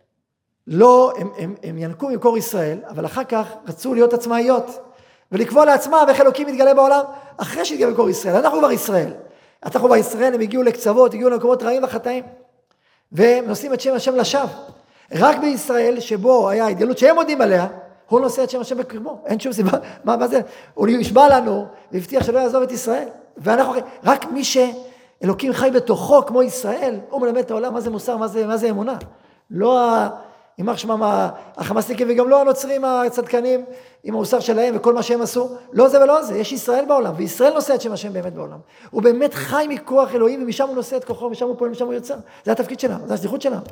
לא, הם ינקו ממקור ישראל, אבל אחר כך רצו להיות עצמאיות, ולקבוע לעצמם איך אלוקים מתגלה בעולם, אחרי שהתגלה ממקור ישראל. אנחנו כבר ישראל. אנחנו כבר ישראל, הם הגיעו לקצוות, הגיעו למקומות רעים וחטאים, והם נושאים את שם השם לשווא. רק בישראל, שבו היה ההתגלות שהם מודים עליה, הוא נושא את שם השם בקרבו. אין שום סיבה, מה זה? הוא ישבע לנו, והבטיח שלא יעזוב את ישראל. ואנחנו, רק מי שאלוקים חי בתוכו, כמו ישראל, הוא מלמד את העולם, מה זה מוסר, מה זה אמונה. לא יימח שמם החמאסניקים, וגם לא הנוצרים הצדקנים, עם המוסר שלהם וכל מה שהם עשו. לא זה ולא זה, יש ישראל בעולם, וישראל נושא את שם השם באמת בעולם. הוא באמת חי מכוח אלוהים, ומשם הוא נושא את כוחו, משם הוא פועל, משם הוא יוצא. זה התפקיד שלנו, זה השליחות שלנו.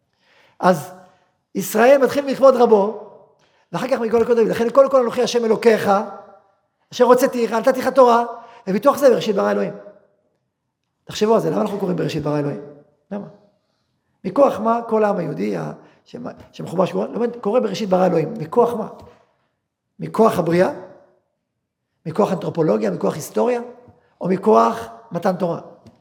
אז ישראל מתחיל מכבוד רבו, ואחר כך מכל דוד, לכן כל אנוכי השם אלוקיך, אשר רציתיך, נתתיך תורה, ובתוך זה בראשית ברא אלוהים. תחשבו על זה, למה אנחנו קוראים בראשית ברא אלוהים? למה? מכוח מה כל העם היהודי שמחובר קורא בראשית ברא אלוהים? מכוח מה? מכוח הבריאה? מכוח אנתרופולוגיה? מכוח היסטוריה? או מכוח מתן תורה?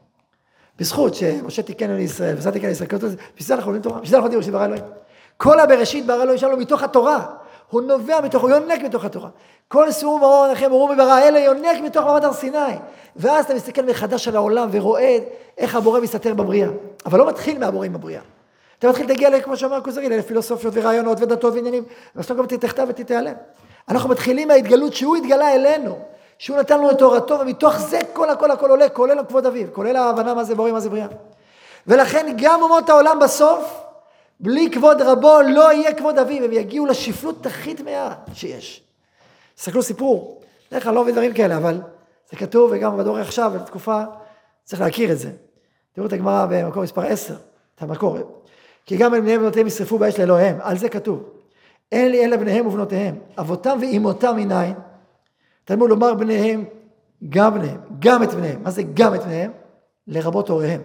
בזכות שמשה תיקן על ישראל, ועשה תיקן על ישראל, בשביל זה אנחנו לומדים תורה, בשביל זה אנחנו יודעים בראשית ברא אלוהים. כל הבראשית ברא אלוהים שלנו מתוך התורה, הוא נובע מתוך, הוא יונק מתוך התורה. כל סור מרום לכם ורום מברא, אלה יונק מתוך מעמד הר סיני. ואז אתה מסתכל מחדש על העולם ורואה איך הבורא מסתתר בבריאה. אבל לא מתחיל מהבורא עם הבריאה. אתה מתחיל להגיע, כמו שאמר כוזרי, לפילוסופיות ורעיונות ודתות ועניינים, ובסוף גם תתחתיו ותתעלם. אנחנו מתחילים מההתגלות שהוא התגלה אלינו, שהוא נתן לנו את תורתו, ומתוך זה כל עולה, כולל כבוד אביו, כולל ההבנה מה זה בורא, מה זה בריאה. ולכן גם אומות העולם בסוף, בלי כבוד רבו לא יהיה כבוד אביו, הם יגיעו לשפלות הכי טמאה שיש. תסתכלו סיפור, דרך כלל לא עובד דברים כאלה, אבל זה כתוב, וגם בדור עכשיו, בתקופה, צריך להכיר את זה. תראו את הגמרא במקור מספר 10, את המקור. כי גם בניהם ובנותיהם ישרפו באש לאלוהיהם, על זה כתוב. אין לי אלא בניהם ובנותיהם, אבותם ואימותם מניין, תלמוד לומר בניהם, גם בניהם, גם את בניהם. מה זה גם את בניהם? לרבות הוריהם.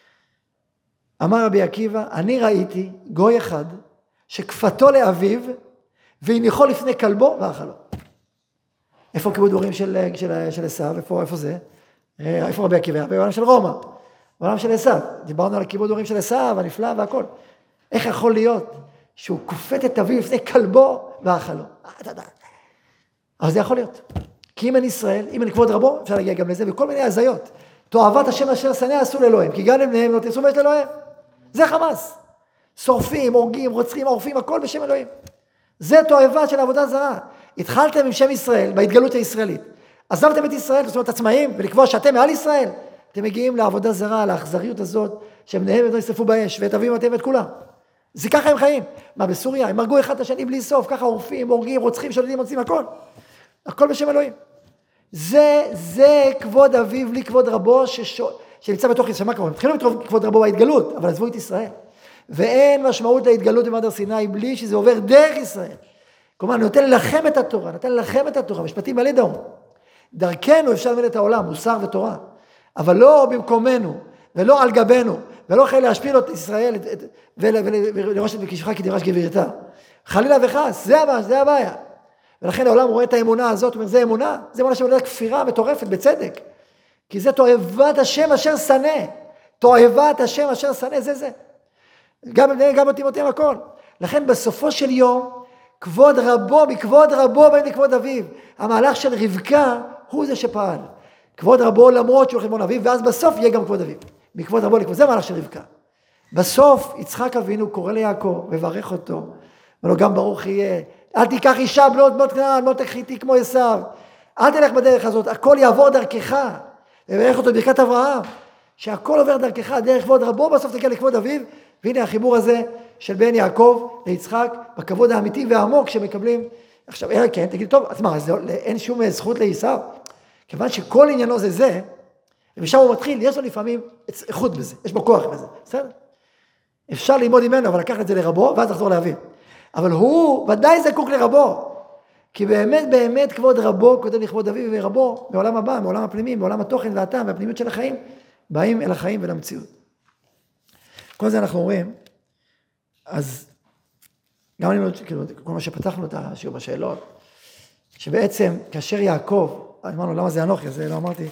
אמר רבי עקיבא, אני ראיתי גוי אחד שכפתו לאביו והניחו לפני כלבו ואכלו. איפה כיבוד דברים של עשיו? איפה זה? איפה רבי עקיבא? בעולם של רומא, בעולם של עשיו. דיברנו על כיבוד דברים של עשיו, הנפלא והכל. איך יכול להיות שהוא כופת את אביו לפני כלבו ואכלו? אבל זה יכול להיות. כי אם אין ישראל, אם אין כבוד רבו, אפשר להגיע גם לזה, וכל מיני הזיות. תועבת השם אשר שנא עשו לאלוהים, כי גם לבניהם לא תעשו ויש לאלוהים. זה חמאס. שורפים, הורגים, רוצחים, עורפים, הכל בשם אלוהים. זה תועבה של עבודה זרה. התחלתם עם שם ישראל, בהתגלות הישראלית. עזבתם את ישראל, זאת אומרת עצמאים, ולקבוע שאתם מעל ישראל. אתם מגיעים לעבודה זרה, לאכזריות הזאת, שבניהם לא ישרפו באש, ואת אביהם אתם ואת כולם. זה ככה הם חיים. מה בסוריה? הם הרגו אחד את השני בלי סוף, ככה עורפים, הורגים, רוצחים, שולטים, מוצאים, הכל. הכל בשם אלוהים. זה כבוד אביו בלי כבוד רבו שנמצא בתוך ישראל. מה קורה? התחילו בתוך כבוד רבו בהתגלות, אבל עזבו את ישראל. ואין משמעות להתגלות במעמד הר סיני בלי שזה עובר דרך ישראל. כלומר, אני נותן לכם את התורה, נותן לכם את התורה, משפטים מלא דאום. דרכנו אפשר ללמד את העולם, מוסר ותורה, אבל לא במקומנו, ולא על גבנו, ולא חייב להשפיל את ישראל, ולראש את בקשבך כי תירש גבירתה. חלילה וחס, זה הבעיה. ולכן העולם רואה את האמונה הזאת, אומר, זה אמונה שמולדת כפירה מטורפת, בצדק. כי זה תועבת השם אשר שנא. תועבת השם אשר שנא, זה. גם בבניהם, גם בתימותיהם, הכל. לכן בסופו של יום, כבוד רבו, מכבוד רבו בין לכבוד אביו. המהלך של רבקה הוא זה שפעל. כבוד רבו למרות שהוא חשבון אביו, ואז בסוף יהיה גם כבוד אביו. מכבוד רבו לכבוד, זה המהלך של רבקה. בסוף יצחק אבינו קורא ליעקב, מברך אותו, ולא גם ברוך יהיה. אל תיקח אישה בנות כנען, לא תכחיתי כמו עשיו. אל תלך בדרך הזאת, הכל יעבור דרכך. וברך אותו ברכת אברהם, שהכל עובר דרכך, דרך כבוד רבו, בסוף תגיע לכבוד אביו. והנה החיבור הזה של בן יעקב ליצחק, בכבוד האמיתי והעמוק שמקבלים. עכשיו, כן, תגיד, טוב, אז מה, אין שום זכות לעשיו? כיוון שכל עניינו זה, ומשם הוא מתחיל, יש לו לפעמים איכות בזה, יש בו כוח בזה, בסדר? אפשר ללמוד ממנו, אבל לקח את זה לרבו, ואז לחזור לאביו. אבל הוא ודאי זקוק לרבו, כי באמת כבוד רבו קודם לכבוד אביו ורבו, מעולם הבא, מעולם הפנימי, מעולם התוכן והטעם והפנימיות של החיים, באים אל החיים ולמציאות. כל זה אנחנו רואים, אז גם אני לא, כאילו, כל מה שפתחנו את השיעור בשאלות, שבעצם כאשר יעקב, אמרנו למה זה אנוכי, אז לא אמרתי,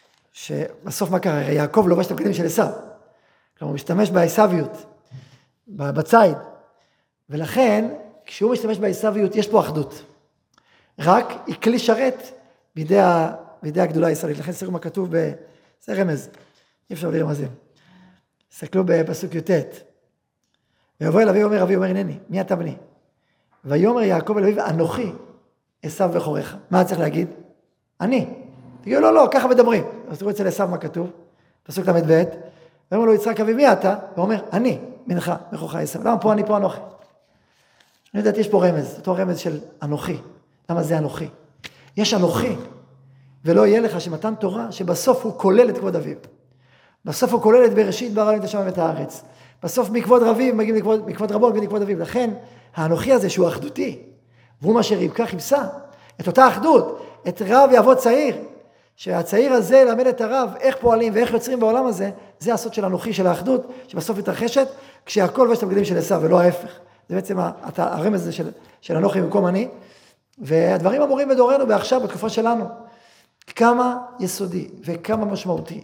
שבסוף מה קרה, יעקב לובש את הבגדים של עשיו, כלומר הוא משתמש בעשיוויות, בציד, ולכן כשהוא משתמש בעשיוויות יש פה אחדות, רק היא כלי שרת בידי הגדולה הישראלית, לכן תראו מה כתוב, זה רמז, אי אפשר לראות מה זה. תסתכלו בפסוק י"ט. ויבוא אל אביו אומר, אבי אומר הנני, מי אתה בני? ויאמר יעקב אל אביו, אנוכי עשיו בכורך. מה צריך להגיד? אני. תגידו, לא, ככה מדברים. אז תראו אצל עשיו מה כתוב, פסוק ל"ב. ואומר לו יצחק אבי, מי אתה? ואומר, אני, בנך, בכורך עשיו. למה פה אני, פה אנוכי? אני יודעת, יש פה רמז, אותו רמז של אנוכי. למה זה אנוכי? יש אנוכי, ולא יהיה לך שמתן תורה, שבסוף הוא כולל את כבוד אביו. בסוף הוא כולל את בראשית ברא אלוהים את השמיים ואת הארץ. בסוף מכבוד רביו מגיעים מכבוד רבו מגיעים לכבוד אביו. לכן האנוכי הזה שהוא אחדותי, והוא מה שרבקה חיפשה, את אותה אחדות, את רב יעבוד צעיר, שהצעיר הזה למד את הרב איך פועלים ואיך יוצרים בעולם הזה, זה הסוד של האנוכי, של האחדות, שבסוף מתרחשת כשהכל לובש את הבגדים של עשיו ולא ההפך. זה בעצם הרמז הזה של אנוכי במקום אני, והדברים אמורים בדורנו ועכשיו בתקופה שלנו. כמה יסודי וכמה משמעותי.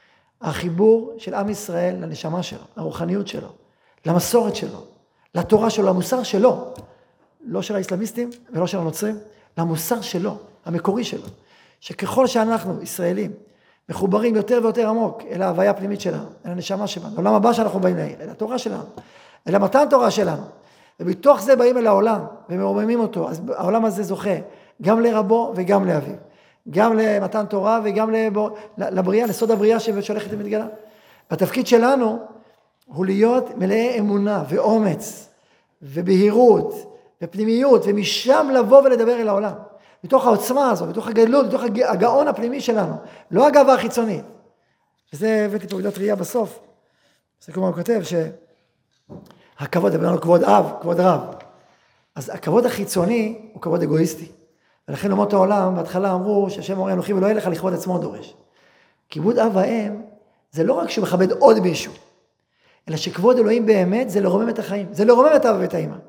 החיבור של עם ישראל לנשמה שלו, לרוחניות שלו, למסורת שלו, לתורה שלו, למוסר שלו, לא של האסלאמיסטים ולא של הנוצרים, למוסר שלו, המקורי שלו, שככל שאנחנו, ישראלים, מחוברים יותר ויותר עמוק אל ההוויה הפנימית שלנו, אל הנשמה שלנו, לעולם הבא שאנחנו באים אל התורה שלנו, אל המתן תורה שלנו, ובתוך זה באים אל העולם ומרוממים אותו, אז העולם הזה זוכה גם לרבו וגם לאביו. גם למתן תורה וגם לבריאה, לסוד הבריאה שהולכת ומתגלה. והתפקיד שלנו הוא להיות מלאי אמונה ואומץ ובהירות ופנימיות, ומשם לבוא ולדבר אל העולם. מתוך העוצמה הזו, מתוך הגדלות, מתוך הגאון הפנימי שלנו, לא הגאווה החיצונית. וזה הבאתי פה גדות ראייה בסוף. זה כמו הוא כותב שהכבוד, דבר לנו כבוד אב, כבוד רב. אז הכבוד החיצוני הוא כבוד אגואיסטי. ולכן אומות העולם בהתחלה אמרו שהשם אומר אנוכי ולא ילך לכבוד עצמו דורש. כיבוד אב ואם זה לא רק שהוא מכבד עוד מישהו, אלא שכבוד אלוהים באמת זה לרומם את החיים, זה לרומם את האב ואת האמא.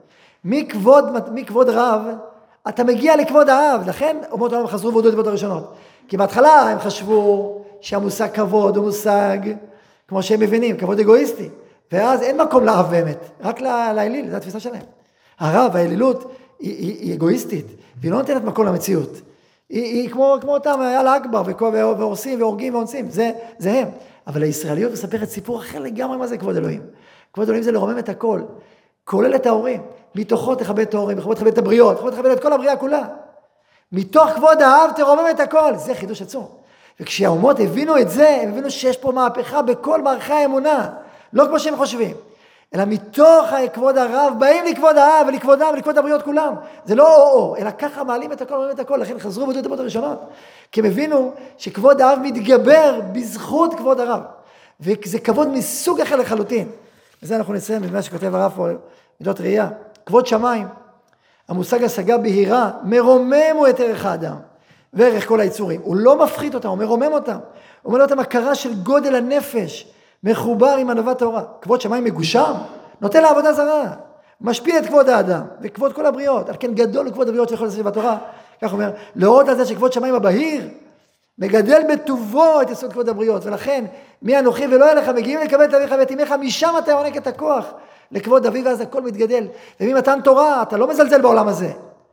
מכבוד רב אתה מגיע לכבוד האב, לכן אומות העולם חזרו ועודו את כבוד הראשונות. כי בהתחלה הם חשבו שהמושג כבוד הוא מושג, כמו שהם מבינים, כבוד אגואיסטי. ואז אין מקום לאב באמת, רק לאליל, זו התפיסה שלהם. הרב, האלילות, היא אגואיסטית, והיא לא נותנת מקום למציאות. היא כמו אותם, יאללה אכבר, והורסים והורגים ואונסים, זה הם. אבל הישראליות מספרת סיפור אחר לגמרי מה זה כבוד אלוהים. כבוד אלוהים זה לרומם את הכל, כולל את ההורים. מתוכו תכבד את ההורים, תכבד את הבריות, תכבד את כל הבריאה כולה. מתוך כבוד האב תרומם את הכל, זה חידוש עצום. וכשהאומות הבינו את זה, הם הבינו שיש פה מהפכה בכל מערכי האמונה, לא כמו שהם חושבים, אלא מתוך כבוד הרב באים לכבוד האב ולכבודם ולכבוד הבריות כולם. זה לא או, אלא ככה מעלים את הכל, מעלים את הכל, לכן חזרו ועודו את הבריות הראשונות. כי הם הבינו שכבוד האב מתגבר בזכות כבוד הרב, וזה כבוד מסוג אחר לחלוטין. וזה אנחנו נסיים במה שכותב הרב פה, מידות ראייה. כבוד שמיים, המושג השגה בהירה, מרומם הוא את ערך האדם, וערך כל היצורים. הוא לא מפחית אותם, הוא מרומם אותם. הוא אומר אותם הכרה של גודל הנפש, מחובר עם ענוות תורה. כבוד שמיים מגושם, נותן לעבודה זרה, משפיע את כבוד האדם, וכבוד כל הבריאות. על כן גדול לכבוד הבריות שיכול לסביב בתורה. כך אומר, להראות על זה שכבוד שמיים הבהיר, מגדל בטובו את יסוד כבוד הבריות. ולכן, מי אנוכי ולא אליך, מגיעים לקבל את אביך ואת אמך, משם אתה יונק את הכוח לכבוד אביו, ואז הכל מתגדל. וממתן תורה, אתה לא מזלזל בעולם הזה.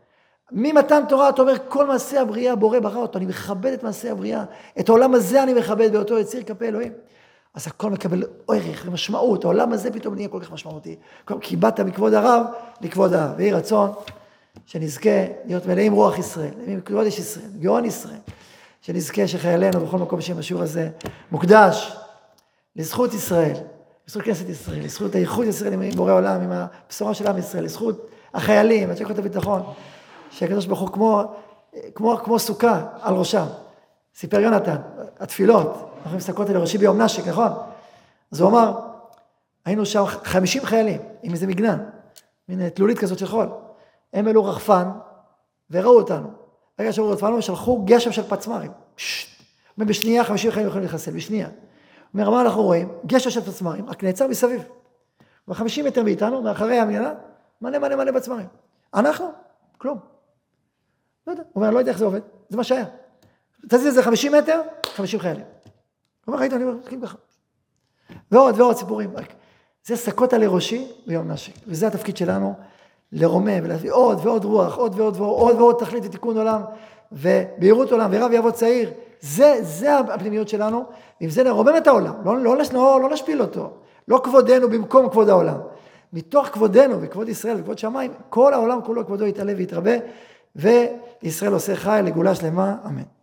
ממתן תורה, אתה אומר, כל מעשה הבריאה בורא ברא אותו, אני מכבד את מעשה הבריאה, את העולם הזה אני מכבד באותו יציר כלפי אלוהים. אז הכל מקבל ערך ומשמעות, העולם הזה פתאום נהיה כל כך משמעותי. כי באת מכבוד הרב לכבוד האב, ויהי רצון שנזכה להיות מלאים רוח ישראל, מלאים קודש ישראל, גאון ישראל, שנזכה שחיילינו בכל מקום שהם השיעור הזה מוקדש לזכות ישראל, לזכות כנסת ישראל, לזכות האיחוד ישראל עם בורא עולם, עם הבשורה של עם ישראל, לזכות החיילים, אנשי כוחות הביטחון, שהקדוש ברוך הוא כמו סוכה על ראשם. סיפר יונתן, התפילות, אנחנו מסתכלות על ראשי ביום נשק, נכון? אז הוא אמר, היינו שם 50 חיילים, עם איזה מגנן, מין תלולית כזאת של חול. הם אלו רחפן, וראו אותנו. ברגע שראו רחפן, הם שלחו גשם של פצמרים. בשנייה 50 חיילים יכולים לחסל, בשנייה. הוא אומר, מה אנחנו רואים? גשם של פצמרים, רק נעצר מסביב. ו50 מטר מאיתנו, מאחרי המגננה, מלא פצמרים. אנחנו? כלום. לא יודע, הוא אומר, לא יודע איך זה עובד, זה מה שהיה. תזיז את זה 50 מטר, 50 חיילים. הוא אומר, ראית, אני אומר, ככה. ועוד סיפורים. זה סקות על ראשי ביום נשק. וזה התפקיד שלנו, לרומם ולהביא עוד ועוד רוח, עוד ועוד תכלית ותיקון עולם, ובהירות עולם, ורב יעבוד צעיר. זה הפנימיות שלנו, ועם זה נרומם את העולם. לא נשפיל אותו. לא כבודנו במקום כבוד העולם. מתוך כבודנו וכבוד ישראל וכבוד שמיים, כל העולם כולו כבודו יתעלה ויתרבה, וישראל עושה חי לגאולה שלמה, אמן.